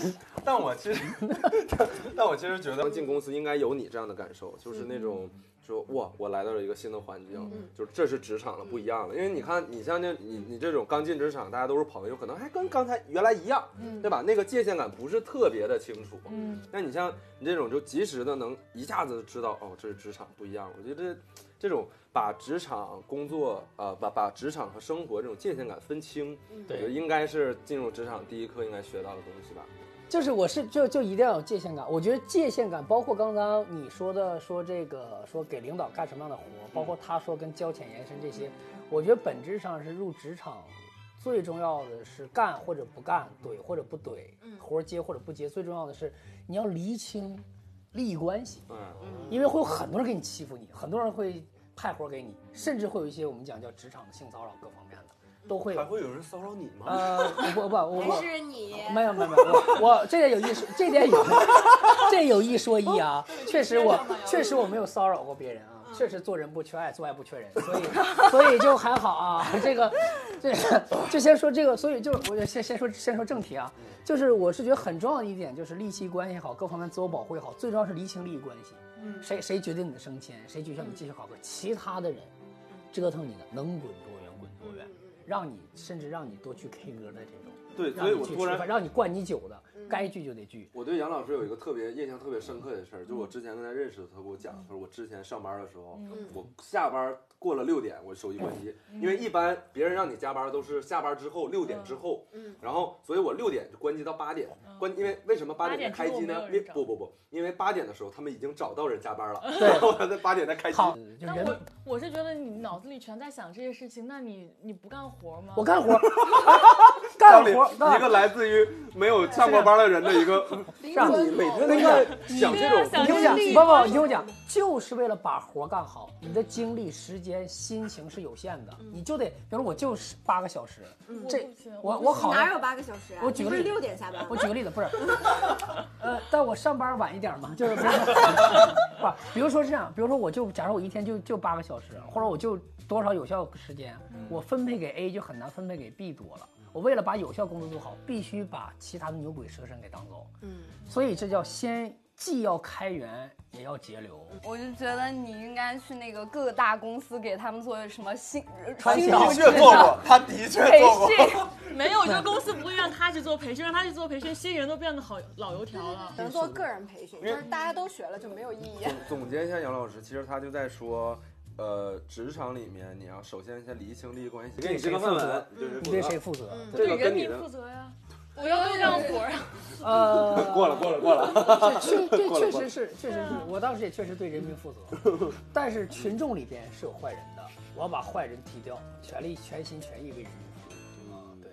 Speaker 3: 其实觉得进公司应该有你这样的感受，就是那种。说哇，我来到了一个新的环境，就是这是职场了，不一样了。因为你看，你像你这种刚进职场，大家都是朋友，可能还跟刚才原来一样，对吧？那个界限感不是特别的清楚。那你像你这种就及时的能一下子知道，哦，这是职场不一样。我觉得这种把职场工作把职场和生活这种界限感分清，我觉得应该是进入职场第一课应该学到的东西吧。
Speaker 4: 就是就一定要有界限感，我觉得界限感包括刚刚你说的说给领导干什么样的活，包括他说跟交浅言深这些，我觉得本质上是入职场最重要的是干或者不干，怼或者不怼，活接或者不接，最重要的是你要厘清利益关系，因为会有很多人给你欺负你，很多人会派活给你，甚至会有一些我们讲叫职场的性骚扰各方面的。都会有，
Speaker 3: 还会有人骚扰你吗？
Speaker 4: 我
Speaker 5: 是你
Speaker 4: 没有，我这点有一说，这有一说一啊，确实我没有骚扰过别人啊，确实做人不缺爱，做爱不缺人，所以就还好啊。就先说这个，所以就我就先说正题啊，就是我是觉得很重要的一点就是利益关系也好，各方面自我保护也好，最重要是厘清利益关系。谁决定你的升迁，谁决定你继续考核，其他的人折腾你的能滚多远滚多远。甚至让你多去 K 歌的这种，
Speaker 3: 对，所以我突然
Speaker 4: 让你灌你酒的，该聚就得聚。
Speaker 3: 我对杨老师有一个印象特别深刻的事儿，就我之前跟他认识的时候，他给我讲，他说我之前上班的时候，我下班过了6点，我手机关机，因为一般别人让你加班都是下班之后6点之后，然后所以我6点就关机到8点，因为为什么8点才开机呢？不，因为8点的时候他们已经找到人加班了，然后他在8点才开机。
Speaker 1: 但我是觉得你脑子里全在想这些事情，那你不干活吗？
Speaker 4: 我干活，干活，
Speaker 3: 一个来自于没有上过班的人的一个，让你每天都在想这种。
Speaker 4: 你听我讲，不，你听我讲，就是为了把活干好，你的精力、时间、心情是有限的，你就得，比如我就是8个小时，我好
Speaker 5: 哪有8个小时啊？
Speaker 4: 我举个例子
Speaker 5: ，6点下班。
Speaker 4: 我举个例子，不是，但我上班晚一点嘛，就是不，比如说这样，比如说我就假如我一天就8个小时，或者我就多少有效时间，我分配给 A 就很难分配给 B 多了。我为了把有效工作做好，必须把其他的牛鬼蛇神给当走。所以这叫既要开源，也要节流。
Speaker 6: 我就觉得你应该去那个各大公司给他们做什么新
Speaker 3: 他的确做过，他的确做过。
Speaker 1: 没有，这公司不会让他去做培训，让他去做培训，新人都变得好老油条了。
Speaker 5: 能做个人培训，就是大家都学了就没有意义。
Speaker 3: 总结一下，杨老师，其实他就在说。职场里面你要首先先厘清利益关系，给你这个范文，
Speaker 4: 你对谁负责？
Speaker 3: 这个
Speaker 1: 人民负责呀。我要多干活啊！
Speaker 3: 过了。
Speaker 4: 这确实是，我当时也确实对人民负责，但是群众里边是有坏人的，我要把坏人踢掉，全心全意为人民服务。对。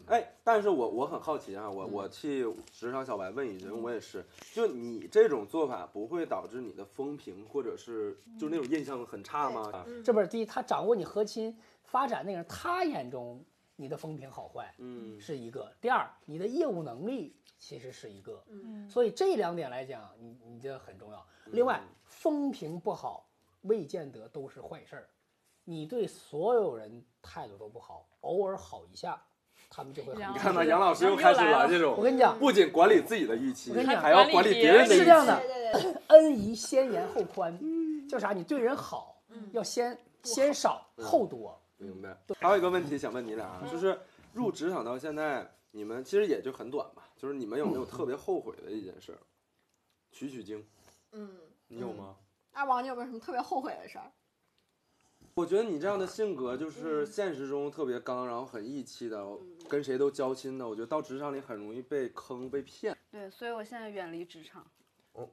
Speaker 3: 哎，但是我很好奇啊，我替职场小白问一句，因为我也是，就你这种做法不会导致你的风评或者是就那种印象很差吗？
Speaker 4: 这不是第一，他掌握你核心发展内容，他眼中你的风评好坏，是一个。第二，你的业务能力其实是一个，所以这2点来讲，你这很重要。另外，风评不好，未见得都是坏事儿。你对所有人态度都不好，偶尔好一下，他们就会很。
Speaker 3: 你看吧，杨老师又开始了这种。
Speaker 4: 我跟你讲，
Speaker 3: 不仅管理自己的预期，
Speaker 4: 我跟你讲
Speaker 3: 还要管理别人的预期。
Speaker 4: 是这样的，恩宜先严后宽，叫啥？你对人好，要先少后多。
Speaker 3: 明白。还有一个问题想问你俩啊，就是入职场到现在，你们其实也就很短吧，就是你们有没有特别后悔的一件事？取经。你有吗？
Speaker 5: 二王，你有没有什么特别后悔的事儿？
Speaker 3: 我觉得你这样的性格就是现实中特别刚，然后很义气的，跟谁都交心的。我觉得到职场里很容易被坑、被骗。
Speaker 6: 对，所以我现在远离职场。
Speaker 3: 我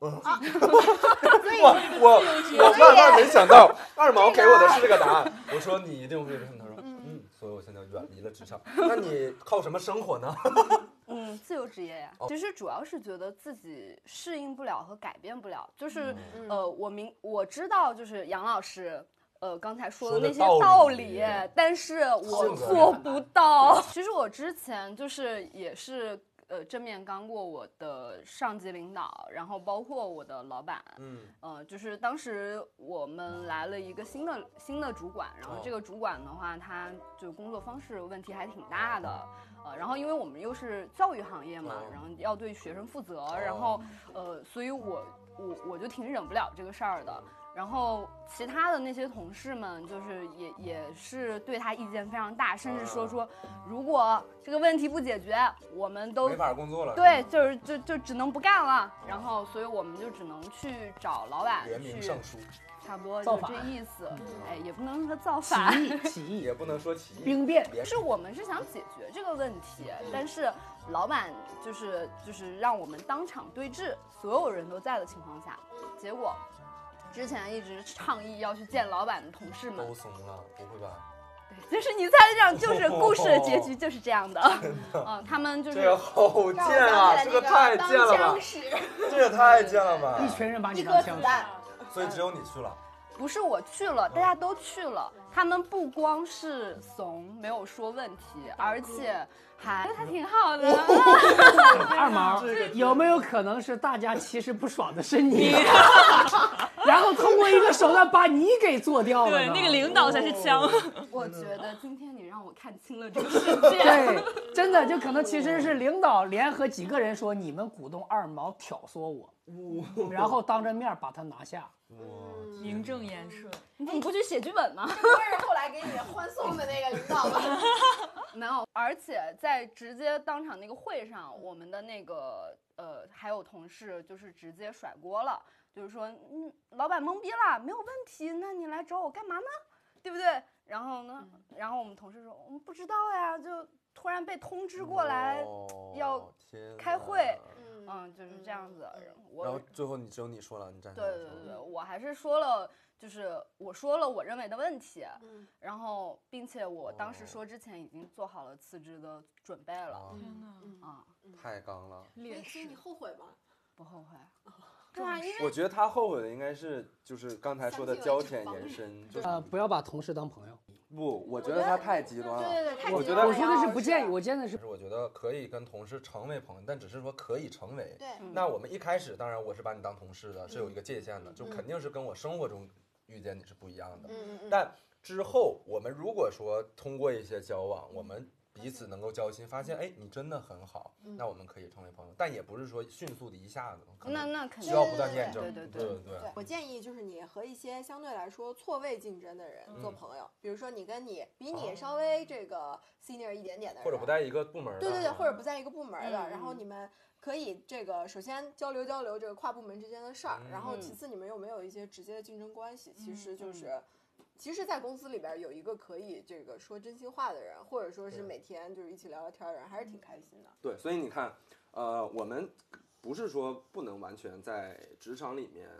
Speaker 3: 万万没想到二毛给我的是这个答案。我说你一定会这么，他说所以我现在远离了职场。那你靠什么生活呢？
Speaker 6: 自由职业呀。其实主要是觉得自己适应不了和改变不了，就是我知道就是杨老师。刚才说的那些道理，但是我做不到。其实我之前就是也是正面刚过我的上级领导，然后包括我的老板，就是当时我们来了一个新的主管，然后这个主管的话，他就工作方式问题还挺大的，然后因为我们又是教育行业嘛，然后要对学生负责，然后所以我就挺忍不了这个事儿的。然后其他的那些同事们就是也是对他意见非常大，甚至说如果这个问题不解决，我们都
Speaker 3: 没法工作了。
Speaker 6: 对，就只能不干了。然后所以我们就只能去找老板
Speaker 3: 联名上书，
Speaker 6: 差不多就这意思。哎，也不能说造
Speaker 4: 反，
Speaker 6: 起义
Speaker 3: 也不能说起义，
Speaker 4: 兵变。
Speaker 6: 是我们是想解决这个问题，但是老板就是让我们当场对峙，所有人都在的情况下，结果。之前一直倡议要去见老板的同事们
Speaker 3: 都怂了，不会吧？
Speaker 6: 对，就是你猜这样，就是故事的结局就是这样的。他们就是
Speaker 3: 这个好贱啊，这个太贱了吧？这也太贱了吧！
Speaker 4: 一群人把你当枪使，
Speaker 3: 所以只有你去了。
Speaker 6: 不是我去了，大家都去了。他们不光是怂，没有说问题，而且还挺好的。
Speaker 4: 二毛，有没有可能是大家其实不爽的是你，然后通过一个手段把你给做掉了？
Speaker 1: 对，那个领导才是枪。
Speaker 6: 我觉得今天你让我看清了这个世界。
Speaker 4: 对，真的就可能其实是领导联合几个人说你们鼓动二毛挑唆我，然后当着面把他拿下。
Speaker 1: 名正言顺，
Speaker 6: 你怎么不去写剧本呢？
Speaker 5: 这不是后来给你欢送的那个领导吗？
Speaker 6: 没有，而且在直接当场那个会上，我们的那个还有同事就是直接甩锅了，就是说老板懵逼了，没有问题，那你来找我干嘛呢？对不对？然后呢，然后我们同事说我们不知道呀，就突然被通知过来要开会。就是这样子。
Speaker 3: 然后最后只有你说了，你站起来说。
Speaker 6: 对，我还是说了，就是我说了我认为的问题，然后并且我当时说之前已经做好了辞职的准备了。
Speaker 1: 天哪，
Speaker 3: 太刚了。
Speaker 5: 所以你后悔吗？
Speaker 6: 不后悔。
Speaker 5: 对啊，因为
Speaker 3: 我觉得他后悔的应该是就是刚才说的交浅言深，
Speaker 4: 不要把同事当朋友。
Speaker 3: 不，我觉得他太极端了。
Speaker 5: 对，太
Speaker 3: 极端了。
Speaker 4: 我说的是不建议，我真的是。
Speaker 3: 我觉得可以跟同事成为朋友，但只是说可以成为。
Speaker 5: 对。
Speaker 3: 那我们一开始，当然我是把你当同事的，是有一个界限的，就肯定是跟我生活中遇见你是不一样的。但之后我们如果说通过一些交往，我们彼此能够交心，发现哎你真的很好，那我们可以成为朋友，但也不是说迅速的一下子，
Speaker 6: 那肯定
Speaker 3: 需要不断验证。
Speaker 6: 对。
Speaker 5: 我建议就是你和一些相对来说错位竞争的人做朋友，比如说你跟比你稍微这个 senior 一点点的人，
Speaker 3: 或者不在一个部门的，
Speaker 5: 对，或者不在一个部门的，然后你们可以这个首先交流这个跨部门之间的事儿，然后其次你们有没有一些直接的竞争关系，其实就是。其实，在公司里边有一个可以这个说真心话的人，或者说是每天就是一起聊聊天的人，还是挺开心的。
Speaker 3: 对，所以你看，我们不是说不能完全在职场里面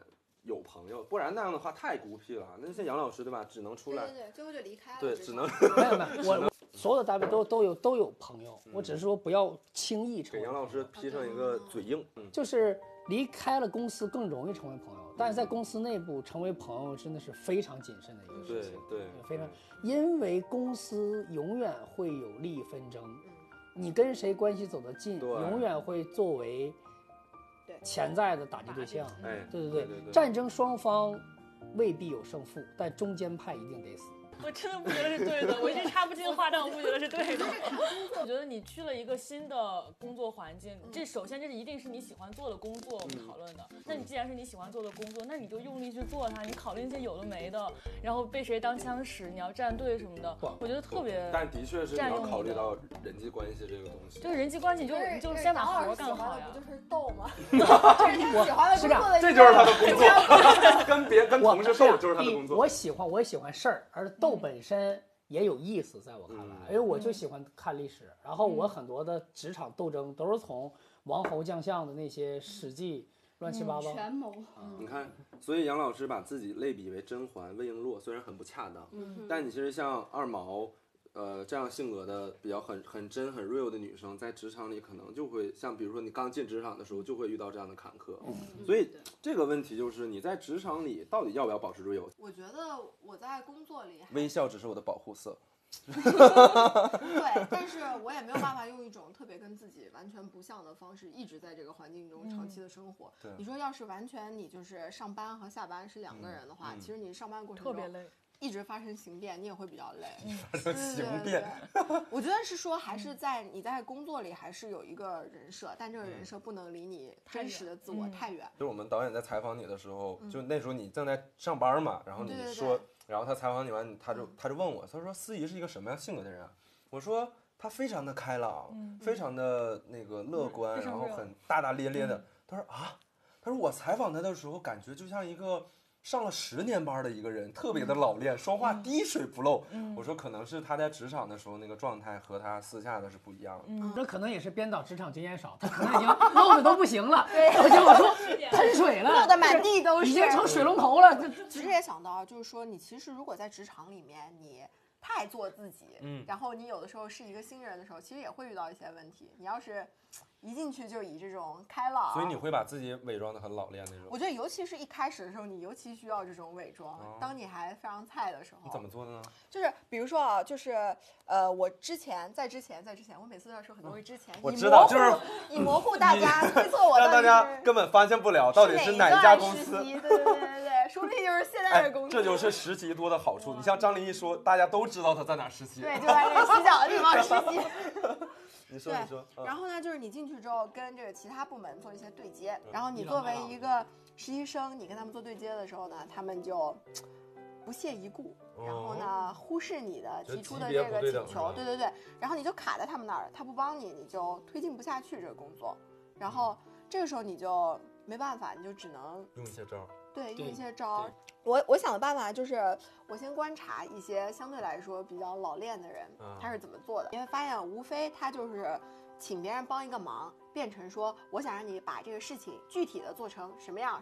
Speaker 3: 有朋友，不然那样的话太孤僻了。那像杨老师对吧，只能出来，
Speaker 5: 对，最后就离开了。
Speaker 3: 对，只能
Speaker 4: 没有，我所有的单位都有朋友，我只是说不要轻易成为。
Speaker 3: 给杨老师披上一个嘴硬，
Speaker 4: 就是离开了公司更容易成为朋友，但是在公司内部成为朋友真的是非常谨慎的一个事情，
Speaker 3: 对，
Speaker 4: 非常，因为公司永远会有利益纷争，你跟谁关系走得近，永远会作为潜在的打击对象。对，战争双方未必有胜负，但中间派一定得死。
Speaker 1: 我真的不觉得是对的，我一直插不进话，但我不觉得是对的。我觉得你去了一个新的工作环境，首先这一定是你喜欢做的工作，我们讨论的。那你既然是你喜欢做的工作，那你就用力去做它，你考虑那些有的没的，然后被谁当枪使，你要站队什么的，我觉得特别。
Speaker 3: 但的确是你要考虑到人际关系这个东西。
Speaker 1: 就是人际关系，你就先把活干好呀。
Speaker 5: 不就是斗吗？这是他喜欢的工作的，
Speaker 3: 这就是他的工作。跟同事斗就是他的工作。
Speaker 4: 我喜欢事儿，而斗本身也有意思，在我看来，因为我就喜欢看历史，然后我很多的职场斗争都是从王侯将相的那些史记乱七八糟
Speaker 6: 权谋。
Speaker 3: 你看，所以杨老师把自己类比为甄嬛、魏璎珞，虽然很不恰当，但你其实像二毛。这样性格的比较很真很 real 的女生，在职场里可能就会像比如说你刚进职场的时候就会遇到这样的坎坷，所以这个问题就是你在职场里到底要不要保持 real？
Speaker 5: 我觉得我在工作里
Speaker 3: 微笑只是我的保护色。
Speaker 5: 对，但是我也没有办法用一种特别跟自己完全不像的方式一直在这个环境中长期的生活。你说要是完全你就是上班和下班是两个人的话，其实你上班过程中特别累。一直发生形变，你也会比较累。
Speaker 3: 发生形变，
Speaker 5: 我觉得是说，还是你在工作里还是有一个人设，但这个人设不能离你真实的自我太远。
Speaker 3: 就是我们导演在采访你的时候，就那时候你正在上班嘛，然后你说，然后他采访你完，他就问我，他说司仪是一个什么样性格的人啊？我说他非常的开朗，非常的那个乐观，然后很大大咧咧的。他说我采访他的时候，感觉就像一个。上了10年班的一个人，特别的老练，说话滴水不漏。我说可能是他在职场的时候那个状态和他私下的是不一样的。
Speaker 4: 这可能也是编导职场经验少，他可能已经漏的都不行了。我就我说喷水了，
Speaker 5: 漏的满地都是，
Speaker 4: 已经成水龙头了。
Speaker 5: 其实也想到，就是说你其实如果在职场里面你太做自己，然后你有的时候是一个新人的时候，其实也会遇到一些问题。你要是一进去就以这种开朗，
Speaker 3: 所以你会把自己伪装的很老练那种。
Speaker 5: 我觉得尤其是一开始的时候，你尤其需要这种伪装。当你还非常菜的时候，
Speaker 3: 你怎么做的呢？
Speaker 5: 就是比如说啊，就是我在之前，我每次都要说很多回之前，
Speaker 3: 我知道，就是
Speaker 5: 以模糊大家推测我，
Speaker 3: 让大家根本发现不了到底是哪一家公司。
Speaker 5: 对，说不定就是现在的公司。
Speaker 3: 这就是实习多的好处。你像张琳一说，大家都知道他在哪实习。
Speaker 5: 对，就在这洗脚的地方实习。
Speaker 3: 你说，
Speaker 5: 然后呢，就是你进去之后跟这个其他部门做一些对接，然后你作为一个实习生，你跟他们做对接的时候呢，他们就不屑一顾，然后呢忽视你的提出的这个请求，对，然后你就卡在他们那儿，他不帮你，你就推进不下去这个工作，然后这个时候你就没办法，你就只能
Speaker 3: 用一些招。
Speaker 5: 对，用一些招。我想的办法就是，我先观察一些相对来说比较老练的人，他是怎么做的。你会发现，无非他就是请别人帮一个忙，变成说，我想让你把这个事情具体的做成什么样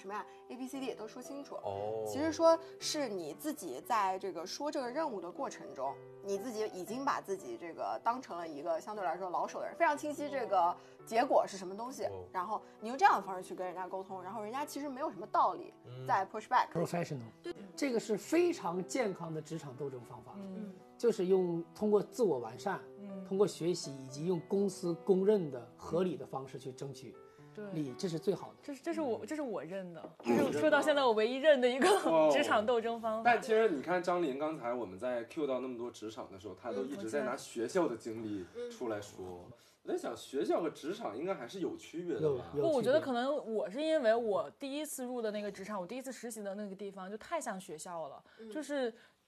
Speaker 5: ，ABCD 都说清楚。其实说是你自己在这个说这个任务的过程中，你自己已经把自己这个当成了一个相对来说老手的人，非常清晰这个结果是什么东西，然后你用这样的方式去跟人家沟通，然后人家其实没有什么道理在 push back。
Speaker 4: professional， 这个是非常健康的职场斗争方法。就是通过自我完善，通过学习以及用公司公认的合理的方式去争取利益，这是最好的。
Speaker 1: 这是我认的，这是说到现在我唯一认的一个职场斗争方法。
Speaker 3: 但其实你看张琳刚才我们在 Q 到那么多职场的时候，她都一直在拿学校的经历出来说。我在想，学校和职场应该还是有区别的吧？
Speaker 1: 不，我觉得可能我是因为我第一次入的那个职场，我第一次实习的那个地方就太像学校了，就是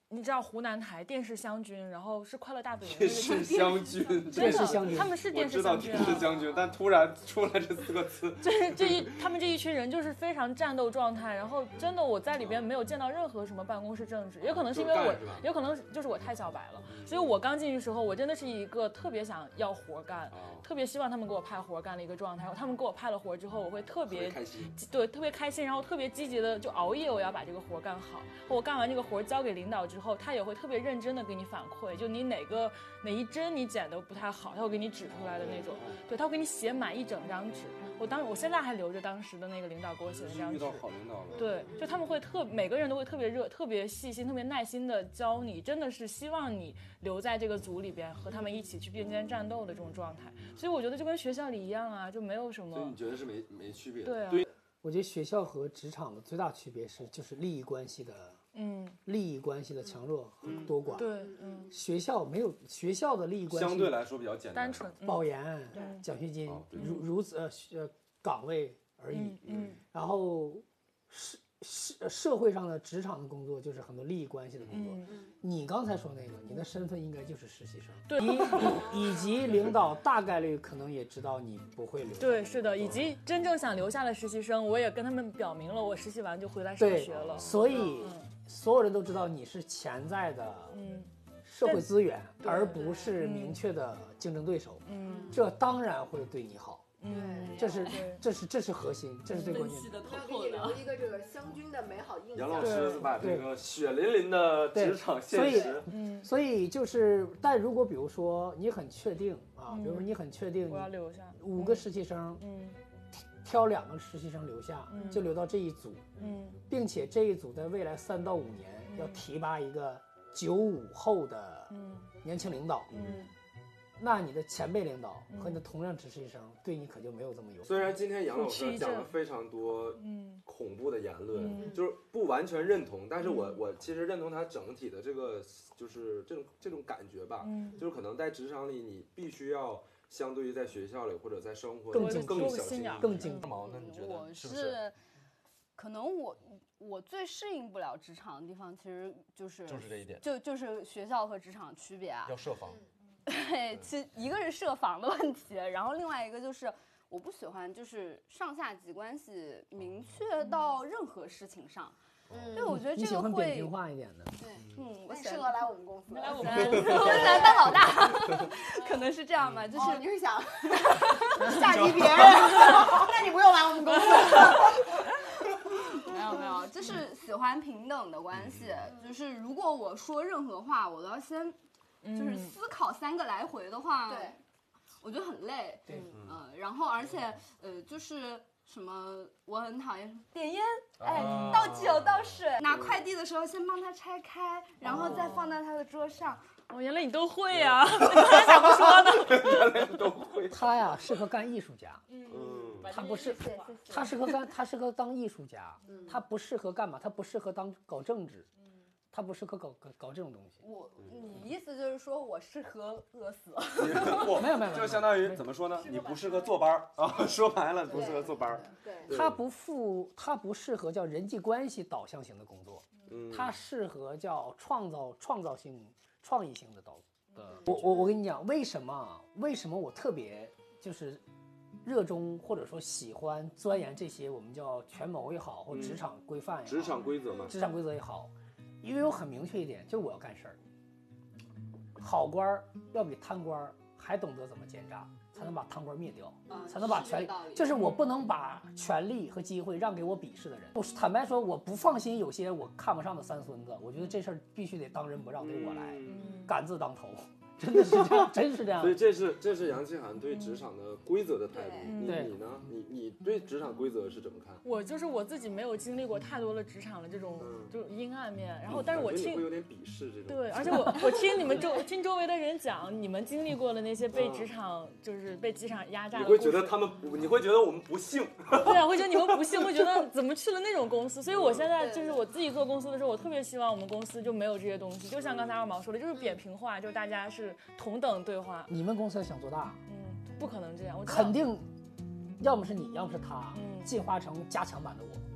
Speaker 1: 你知道湖南台电视湘军，然后是快乐大本营。
Speaker 3: 电视湘军，
Speaker 1: 真的，他们是电视湘军、啊。
Speaker 3: 我知道电视湘军，但突然出来这4个字，
Speaker 1: 他们这一群人就是非常战斗状态，然后真的我在里边没有见到任何什么办公室政治，也可能是因为我，有可能就是我太小白了，所以我刚进去的时候，我真的是一个特别想要活干，特别希望他们给我派活干的一个状态。他们给我派了活之后，我会特别
Speaker 3: 开心，
Speaker 1: 对，特别开心，然后特别积极的就熬夜，我要把这个活干好。我干完这个活交给领导之后，他也会特别认真的给你反馈，就你哪一针你剪的不太好，他会给你指出来的那种。对，他会给你写满一整张纸。我现在还留着当时的那个领导给我写的这张纸。
Speaker 3: 遇到好领导了。
Speaker 1: 对，就他们会每个人都会特别热、特别细心、特别耐心的教你，真的是希望你留在这个组里边和他们一起去并肩战斗的这种状态。所以我觉得就跟学校里一样啊，就没有什么。
Speaker 3: 所以你觉得是没区别的？
Speaker 1: 对啊。
Speaker 3: 对，
Speaker 4: 我觉得学校和职场的最大区别就是利益关系的。利益关系的强弱和多寡。
Speaker 1: 对，
Speaker 4: 学校没有学校的利益关系
Speaker 3: 相对来说比较简单，
Speaker 1: 单纯，
Speaker 4: 保研、奖学金，如此岗位而已。然后社会上的职场的工作就是很多利益关系的工作。你刚才说那个，你的身份应该就是实习生。
Speaker 1: 对，
Speaker 4: 以及领导大概率可能也知道你不会留。
Speaker 1: 对，是的，以及真正想留下的实习生，我也跟他们表明了，我实习完就回来上学了。
Speaker 4: 所以所有人都知道你是潜在的社会资源，而不是明确的竞争对手。这当然会对你好。这是核心，这是最关键的。
Speaker 5: 要给你留一个这个湘军的美好印象。
Speaker 3: 杨老师把这个血淋淋的职场现实，
Speaker 4: 所以就是，但如果比如说你很确定啊，比如说你很确定
Speaker 1: 我要留下
Speaker 4: 5个实习生，挑2个实习生留下，就留到这一组，并且这一组在未来3到5年要提拔一个95后的年轻领导。那你的前辈领导和你的同样实习生对你可就没有这么有。
Speaker 3: 虽然今天杨老师讲了非常多恐怖的言论，就是不完全认同，但是我其实认同他整体的这个就是这种感觉吧，就是可能在职场里你必须要相对于在学校里或者在生活里更小心
Speaker 4: 更精。
Speaker 3: 那你觉得
Speaker 6: 我
Speaker 3: 是不是？
Speaker 6: 可能我最适应不了职场的地方，其实就是
Speaker 3: 这一点，
Speaker 6: 就是学校和职场区别啊。
Speaker 3: 要设防。
Speaker 6: 对，其实一个是设防的问题，然后另外一个就是我不喜欢就是上下级关系明确到任何事情上。对，我觉得这个会
Speaker 4: 扁平化一点的。
Speaker 6: 对，
Speaker 5: 我适合来我们公司，
Speaker 1: 来我们公司
Speaker 6: 来当老大，可能是这样吧。就是
Speaker 5: 你是想下级别人，那你不用来我们公司。
Speaker 6: 没有，就是喜欢平等的关系。就是如果我说任何话，我都要先。就是思考3个来回的话，
Speaker 5: 对，
Speaker 6: 我觉得很累。然后而且就是什么，我很讨厌点烟，倒酒倒水，拿快递的时候先帮他拆开，然后再放在他的桌上。
Speaker 1: 原来你都会呀！刚才咋不说呢？
Speaker 3: 原来你都会。
Speaker 4: 他呀，适合干艺术家。他不是，他适合当艺术家。他不适合干嘛？他不适合搞政治。他不适合搞这种东西。
Speaker 6: 你意思就是说我适合饿死？
Speaker 4: 没有，
Speaker 3: 就相当于怎么说呢？你不适合坐班啊，说白了不适合坐班。
Speaker 5: 对，
Speaker 4: 他不适合叫人际关系导向型的工作，他适合叫创造性、创意性的我跟你讲，为什么我特别就是热衷或者说喜欢钻研这些我们叫权谋也好，或职场规范也好，
Speaker 3: 职场规则嘛，
Speaker 4: 职场规则也好。因为我很明确一点，就是我要干事儿。好官要比贪官还懂得怎么奸诈，才能把贪官灭掉，才能把权力，就是我不能把权力和机会让给我鄙视的人。坦白说，我不放心有些我看不上的三孙子，我觉得这事儿必须得当仁不让，得我来，敢字当头。真的是这样，真是这样。
Speaker 3: 所以这是杨奇涵对职场的规则的态度。你呢？你对职场规则是怎么看？
Speaker 1: 我自己没有经历过太多的职场的这种就阴暗面，然后但是我听
Speaker 3: 会有点鄙视这种。
Speaker 1: 对，而且我听你们听周围的人讲，你们经历过的那些被职场就是被职场压榨的，
Speaker 3: 你会觉得你会觉得我们不幸。
Speaker 1: 对啊，会觉得你们不幸，会觉得怎么去了那种公司。所以我现在就是我自己做公司的时候，我特别希望我们公司就没有这些东西，就像刚才二毛说的，就是扁平化，就是大家是同等对话。
Speaker 4: 你们公司想做大，
Speaker 1: 不可能这样，我
Speaker 4: 肯定，要么是你，要么是他，进化成加强版的我。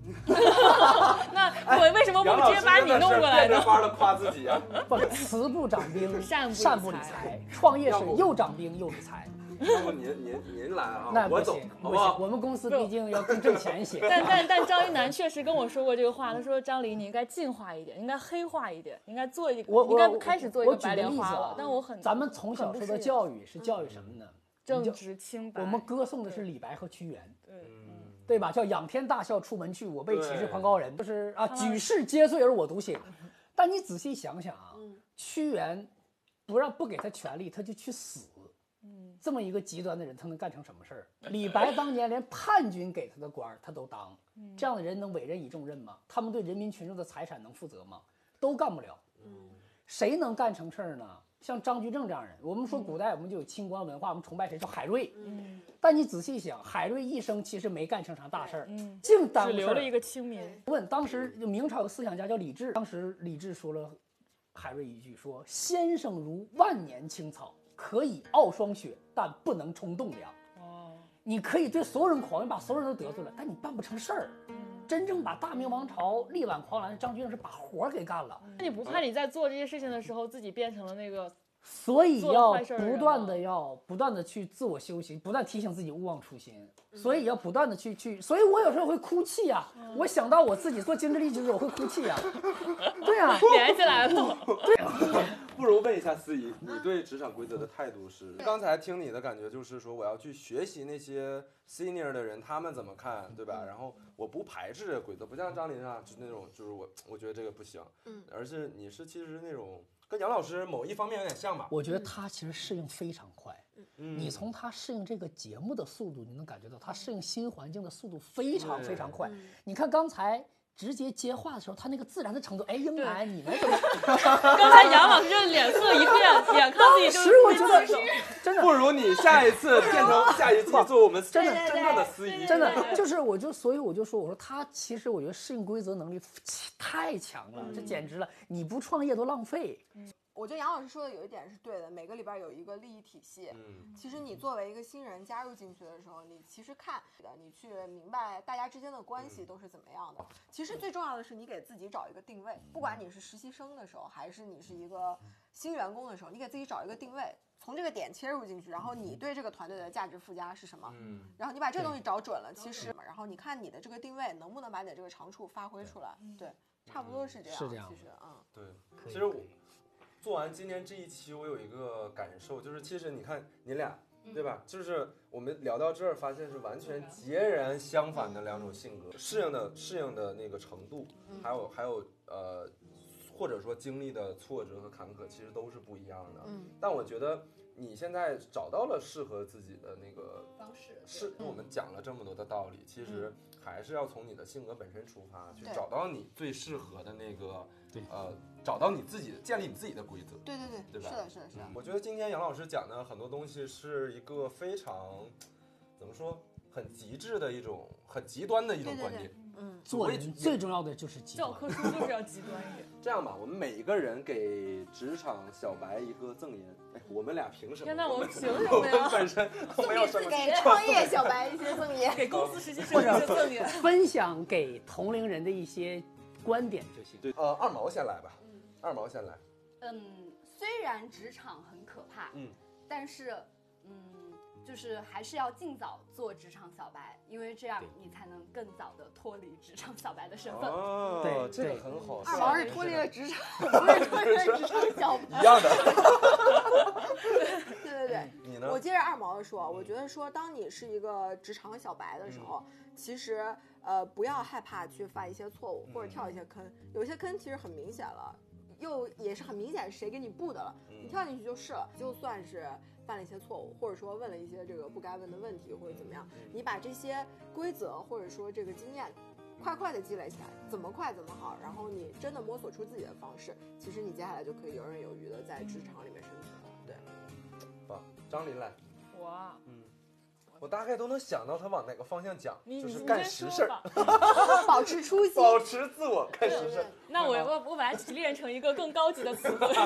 Speaker 1: 那我为什么不直接把你弄过来呢？
Speaker 3: 花的夸自己啊！
Speaker 4: 不，慈不长兵，
Speaker 1: 善
Speaker 4: 不理财，创业是又长兵又理财。
Speaker 3: 要不您来啊？
Speaker 4: 那
Speaker 3: 我走，好不好？
Speaker 4: 我们公司毕竟要更挣钱一些。
Speaker 1: 但张一楠确实跟我说过这个话，他说张黎你应该进化一点，应该黑化一点，应该做一个，应该开始做一个白莲花了。但我
Speaker 4: 咱们从小受的教育是教育什么呢？
Speaker 1: 正直清白。
Speaker 4: 我们歌颂的是李白和屈原，对吧？叫仰天大笑出门去，我辈岂是狂高人，就是啊，举世皆醉而我独醒。但你仔细想想啊，屈原不给他权力，他就去死。这么一个极端的人，他能干成什么事儿？李白当年连叛军给他的官他都当，这样的人能委任以重任吗？他们对人民群众的财产能负责吗？都干不了。谁能干成事儿呢？像张居正这样人，我们说古代我们就有清官文化，我们崇拜谁叫海瑞。但你仔细想，海瑞一生其实没干成啥大事儿，净耽误事儿，
Speaker 1: 只留了一个清民。
Speaker 4: 问当时明朝有思想家叫李治，当时李治说了海瑞一句，说先生如万年青草，可以傲霜雪，但不能冲栋梁。你可以对所有人狂，你把所有人都得罪了，但你办不成事儿。真正把大明王朝力挽狂澜，张居正是把活儿给干了。
Speaker 1: 那你不怕你在做这些事情的时候，自己变成了那个？
Speaker 4: 所以要不断的去自我修行，不断提醒自己勿忘初心。所以要不断的去，所以我有时候会哭泣啊。我想到我自己做精致力的时候，我会哭泣啊。对啊，
Speaker 1: 连起来了。
Speaker 4: 对。
Speaker 3: 不如问一下司仪，你对职场规则的态度是？刚才听你的感觉就是说，我要去学习那些 senior 的人，他们怎么看，对吧？然后我不排斥这个规则，不像张琳啊，就那种就是我觉得这个不行。而是你是其实那种。跟杨老师某一方面有点像吧？
Speaker 4: 我觉得他其实适应非常快。你从他适应这个节目的速度，你能感觉到他适应新环境的速度非常非常快。你看刚才直接接话的时候，他那个自然的程度，哎，英男，你们怎么？
Speaker 1: 刚才杨老师就脸色一变，眼看自己就
Speaker 4: 我觉得真的
Speaker 3: 不如你下一次变成下一季做我们真正的司仪，
Speaker 4: 真的就是所以我就说他其实我觉得适应规则能力太强了，这简直了，你不创业都浪费。
Speaker 5: 我觉得杨老师说的有一点是对的，每个里边有一个利益体系。其实你作为一个新人加入进去的时候，你其实你去明白大家之间的关系都是怎么样的。其实最重要的是你给自己找一个定位，不管你是实习生的时候，还是你是一个新员工的时候，你给自己找一个定位，从这个点切入进去，然后你对这个团队的价值附加是什么？然后你把这个东西找准了，其实然后你看你的这个定位能不能把你的这个长处发挥出来？对，差不多是这样。
Speaker 4: 是这样。
Speaker 5: 其实
Speaker 3: 对，其实我。做完今天这一期，我有一个感受，就是其实你看你俩，对吧？就是我们聊到这儿，发现是完全截然相反的两种性格，适应的那个程度，还有或者说经历的挫折和坎坷，其实都是不一样的。但我觉得你现在找到了适合自己的那个方式，是我们讲了这么多的道理，其实还是要从你的性格本身出发，去找到你最适合的那个，找到你自己，建立你自己的规则。
Speaker 5: 对吧？是的。
Speaker 3: 我觉得今天杨老师讲的很多东西是一个非常，怎么说，很极致的一种，很极端的一种观点。
Speaker 4: 做人最重要的就是极端。
Speaker 1: 教科书就是要极端一点。
Speaker 3: 这样吧，我们每个人给职场小白一个赠言。哎，我们俩凭什么？
Speaker 1: 天哪，我们凭什么呀？
Speaker 3: 我们本身没有什么。
Speaker 5: 给创业小白一些赠言，
Speaker 1: 给公司实习生一些赠言，
Speaker 4: 分享给同龄人的一些观点就行。
Speaker 3: 对，二毛先来吧。二毛先来。
Speaker 6: 虽然职场很可怕，但是就是还是要尽早做职场小白，因为这样你才能更早的脱离职场小白的身份。
Speaker 3: 对，这个很好。
Speaker 5: 二毛是脱离了职场，不是脱离了职场小白。
Speaker 3: 一样的。
Speaker 5: 对。
Speaker 3: 你呢？
Speaker 5: 我接着二毛的说，我觉得说，当你是一个职场小白的时候，其实不要害怕去犯一些错误或者跳一些坑，有些坑其实很明显了。也是很明显是谁给你布的了，你跳进去就是了。就算是犯了一些错误，或者说问了一些这个不该问的问题，或者怎么样，你把这些规则或者说这个经验快的积累起来，怎么快怎么好，然后你真的摸索出自己的方式，其实你接下来就可以游刃有余的在职场里面生存了。对，
Speaker 3: 棒，张琳来。
Speaker 1: 我
Speaker 3: 大概都能想到他往哪个方向讲，就是
Speaker 1: 你
Speaker 3: 干实事，
Speaker 5: 保持初心，
Speaker 3: 保持自我，干实事。
Speaker 1: 那我把它提炼成一个更高级的词汇，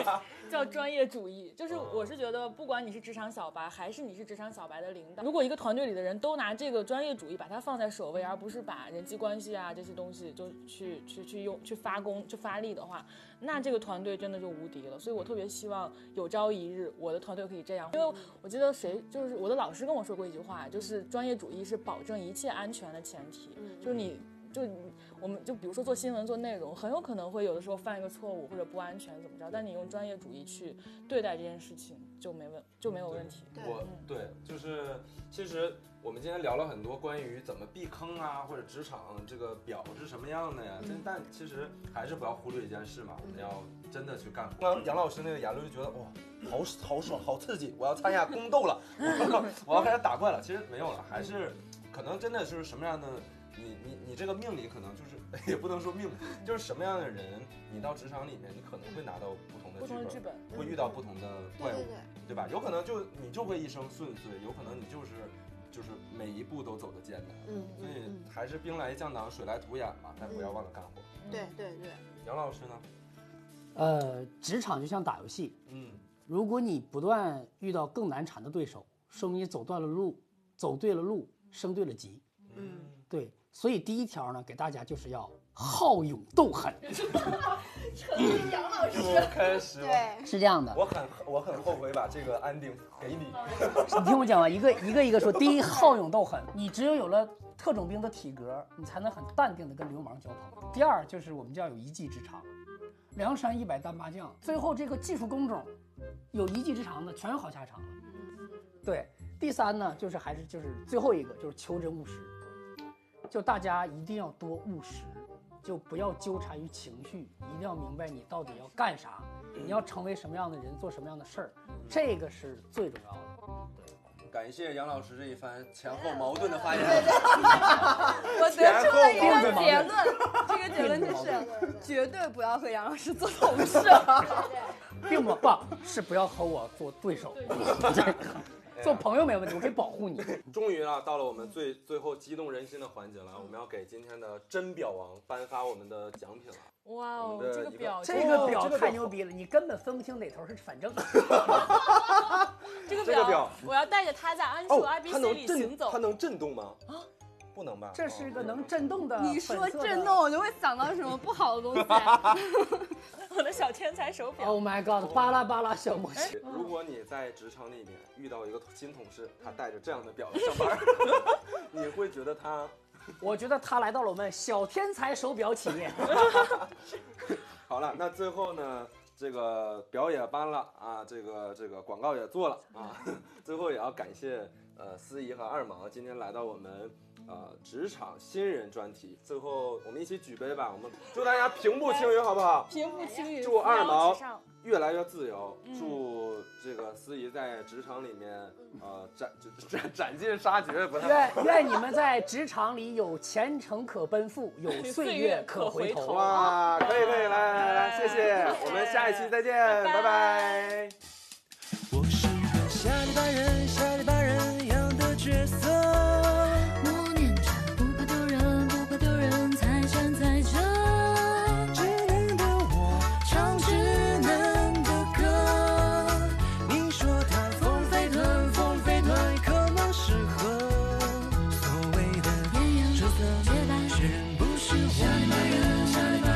Speaker 1: 叫专业主义。就是我是觉得，不管你是职场小白，还是你是职场小白的领导，如果一个团队里的人都拿这个专业主义把它放在首位，而不是把人际关系啊这些东西就去发力的话，那这个团队真的就无敌了。所以我特别希望有朝一日我的团队可以这样，因为我记得就是我的老师跟我说过一句话，就是专业主义是保证一切安全的前提，就是我们就比如说做新闻做内容，很有可能会有的时候犯一个错误或者不安全怎么着，但你用专业主义去对待这件事情就没有问题。
Speaker 3: 对，就是其实我们今天聊了很多关于怎么避坑啊，或者职场这个表是什么样的呀，但其实还是不要忽略一件事嘛，我们要真的去干。刚刚杨老师那个言论就觉得哇，好爽，好刺激，我要参加宫斗了，我要开始打怪了。其实没有了，还是可能真的是什么样的。你这个命里可能就是也不能说命，就是什么样的人，你到职场里面，你可能会拿到不同的剧本，会遇到不同的怪物，对吧？有可能你就会一生顺遂，有可能你就是每一步都走得艰难，所以还是兵来将挡，水来土掩嘛，但不要忘了干活。
Speaker 5: 对。
Speaker 3: 杨老师呢？
Speaker 4: 职场就像打游戏，如果你不断遇到更难缠的对手，说明你走对了路，升对了级，对。所以第一条呢，给大家就是要好勇斗狠。
Speaker 5: 杨老师
Speaker 3: 开始
Speaker 5: 对
Speaker 4: 是这样的，
Speaker 3: 我很后悔把这个安定给你。
Speaker 4: 你听我讲完，一个说。第一，好勇斗狠，你只有了特种兵的体格，你才能很淡定的跟流氓交朋友。第二，就是我们叫有一技之长，梁山100单八将，最后这个技术工种有一技之长的全有好下场了。对，第三呢，就是最后一个就是求真务实。就大家一定要多务实，就不要纠缠于情绪，一定要明白你到底要干啥，你要成为什么样的人，做什么样的事儿，这个是最重要的。
Speaker 3: 感谢杨老师这一番前后矛盾的发言。
Speaker 6: 我得出了一个结论，这个结论就是绝对不要和杨老师做同事，
Speaker 4: 并不是不要和我做对手。做朋友没问题，我可以保护你。
Speaker 3: 终于到了我们最后激动人心的环节了，我们要给今天的真表王颁发我们的奖品了。
Speaker 1: 哇哦，这个表
Speaker 4: 太牛逼了，你根本分不清哪头是反正。
Speaker 1: 这个表，我要带着它在安楚 IBC 里行走。
Speaker 3: 它能震动吗？不能吧？
Speaker 4: 这是一个能震动的。
Speaker 6: 你说震动，我就会想到什么不好的东西。
Speaker 1: 我的小天才手表。
Speaker 4: Oh my god！ 巴拉巴拉小魔仙。
Speaker 3: 如果你在职场里面遇到一个新同事，他带着这样的表上班，你会觉得他？
Speaker 4: 我觉得他来到了我们小天才手表企业。
Speaker 3: 好了，那最后呢，这个表也颁了啊，这个广告也做了啊，最后也要感谢司仪和二毛今天来到我们职场新人专题。最后我们一起举杯吧，我们祝大家平步青云，好不好？
Speaker 1: 平步青云。
Speaker 3: 祝二毛越来越自由，祝这个司仪在职场里面斩尽杀绝，不太。
Speaker 4: 愿你们在职场里有前程可奔赴，有岁月可回头。
Speaker 3: 哇，可以，来，谢谢，我们下一期再见，拜拜。
Speaker 7: 我是个下里巴人一样的角色，默念着不怕丢人，才站在这。稚嫩的我唱稚嫩的歌，你说它风飞团可能适合所谓的出色，学人不是下里巴人，下里巴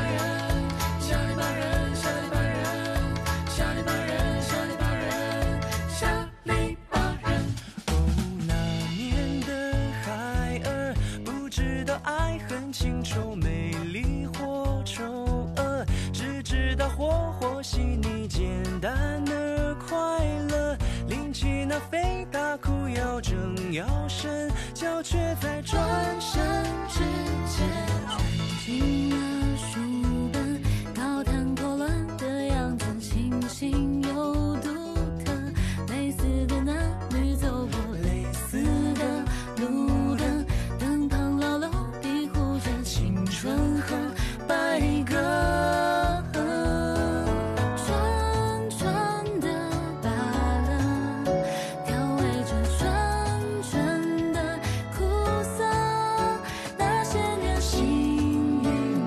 Speaker 7: 人。那年的孩儿不知道爱恨情仇，美丽或丑恶，只知道和稀泥，简单而快乐。拎起那肥大裤腰，正要伸脚，却在转身之间闯进了书本，高谈阔论的样子清新又独特，类似的男女走过类似的路灯，灯旁老楼庇护着青春和白鸽，串串的芭乐调味着纯纯的苦涩，那些年幸运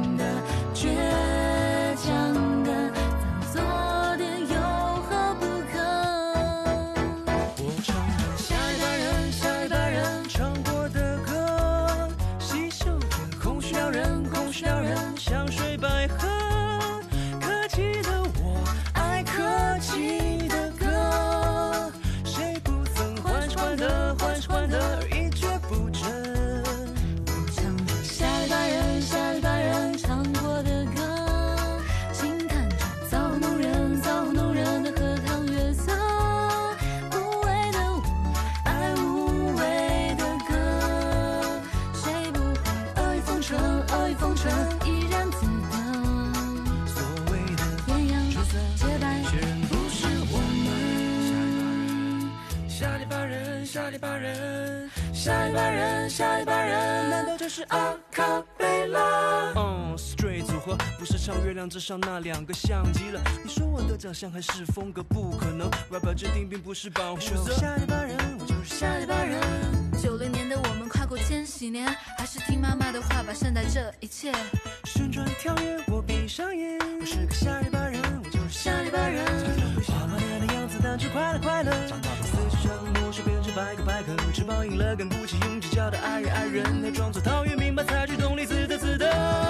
Speaker 7: 人，下一班人，难道这是阿卡贝拉？Straight 组合不是唱月亮之上那2个相机了。你说我的长相还是风格不可能 ，rapper 制定并不是保护色。下一班人，我就是下一班人。
Speaker 8: 90年的我们跨过千禧年，还是听妈妈的话吧，善待这一切。
Speaker 7: 旋转跳跃，我闭上眼，我是个下一班人，我就是下一班人。花花脸的样子，单纯快乐快乐。四肢上魔术变成百个百科，吃饱赢了，跟不起用计较的爱人爱人，还装作陶渊明白采取动力，自得自得。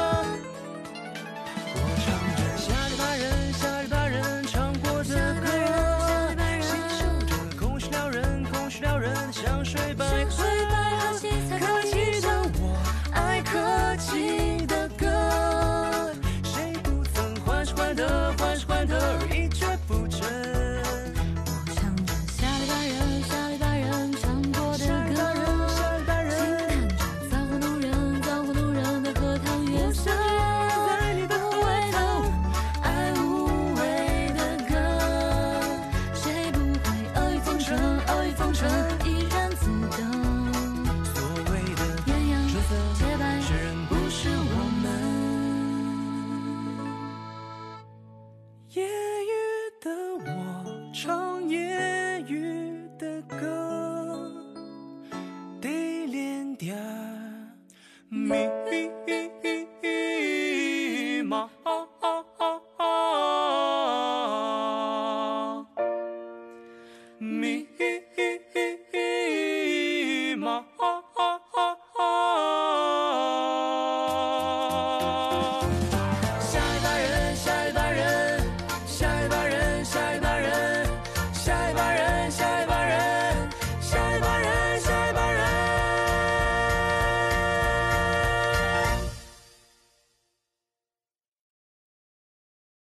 Speaker 7: 我唱着下一班人，下一班人唱过的歌，吸收着空虚撩人，空虚撩人的香水百合。科技的我爱科技的歌，谁不曾患失患得，患失患得而一蹶不振。
Speaker 8: 我唱着下一班人，下一班人唱过的歌，轻叹着造化弄人，造化弄人的荷塘月色。无谓的爱，无谓的歌，谁不会阿谀奉承，阿谀奉承，怡然自得。洁白是人不是我们。
Speaker 7: 业余的我唱业余的歌，得练点密码。密码。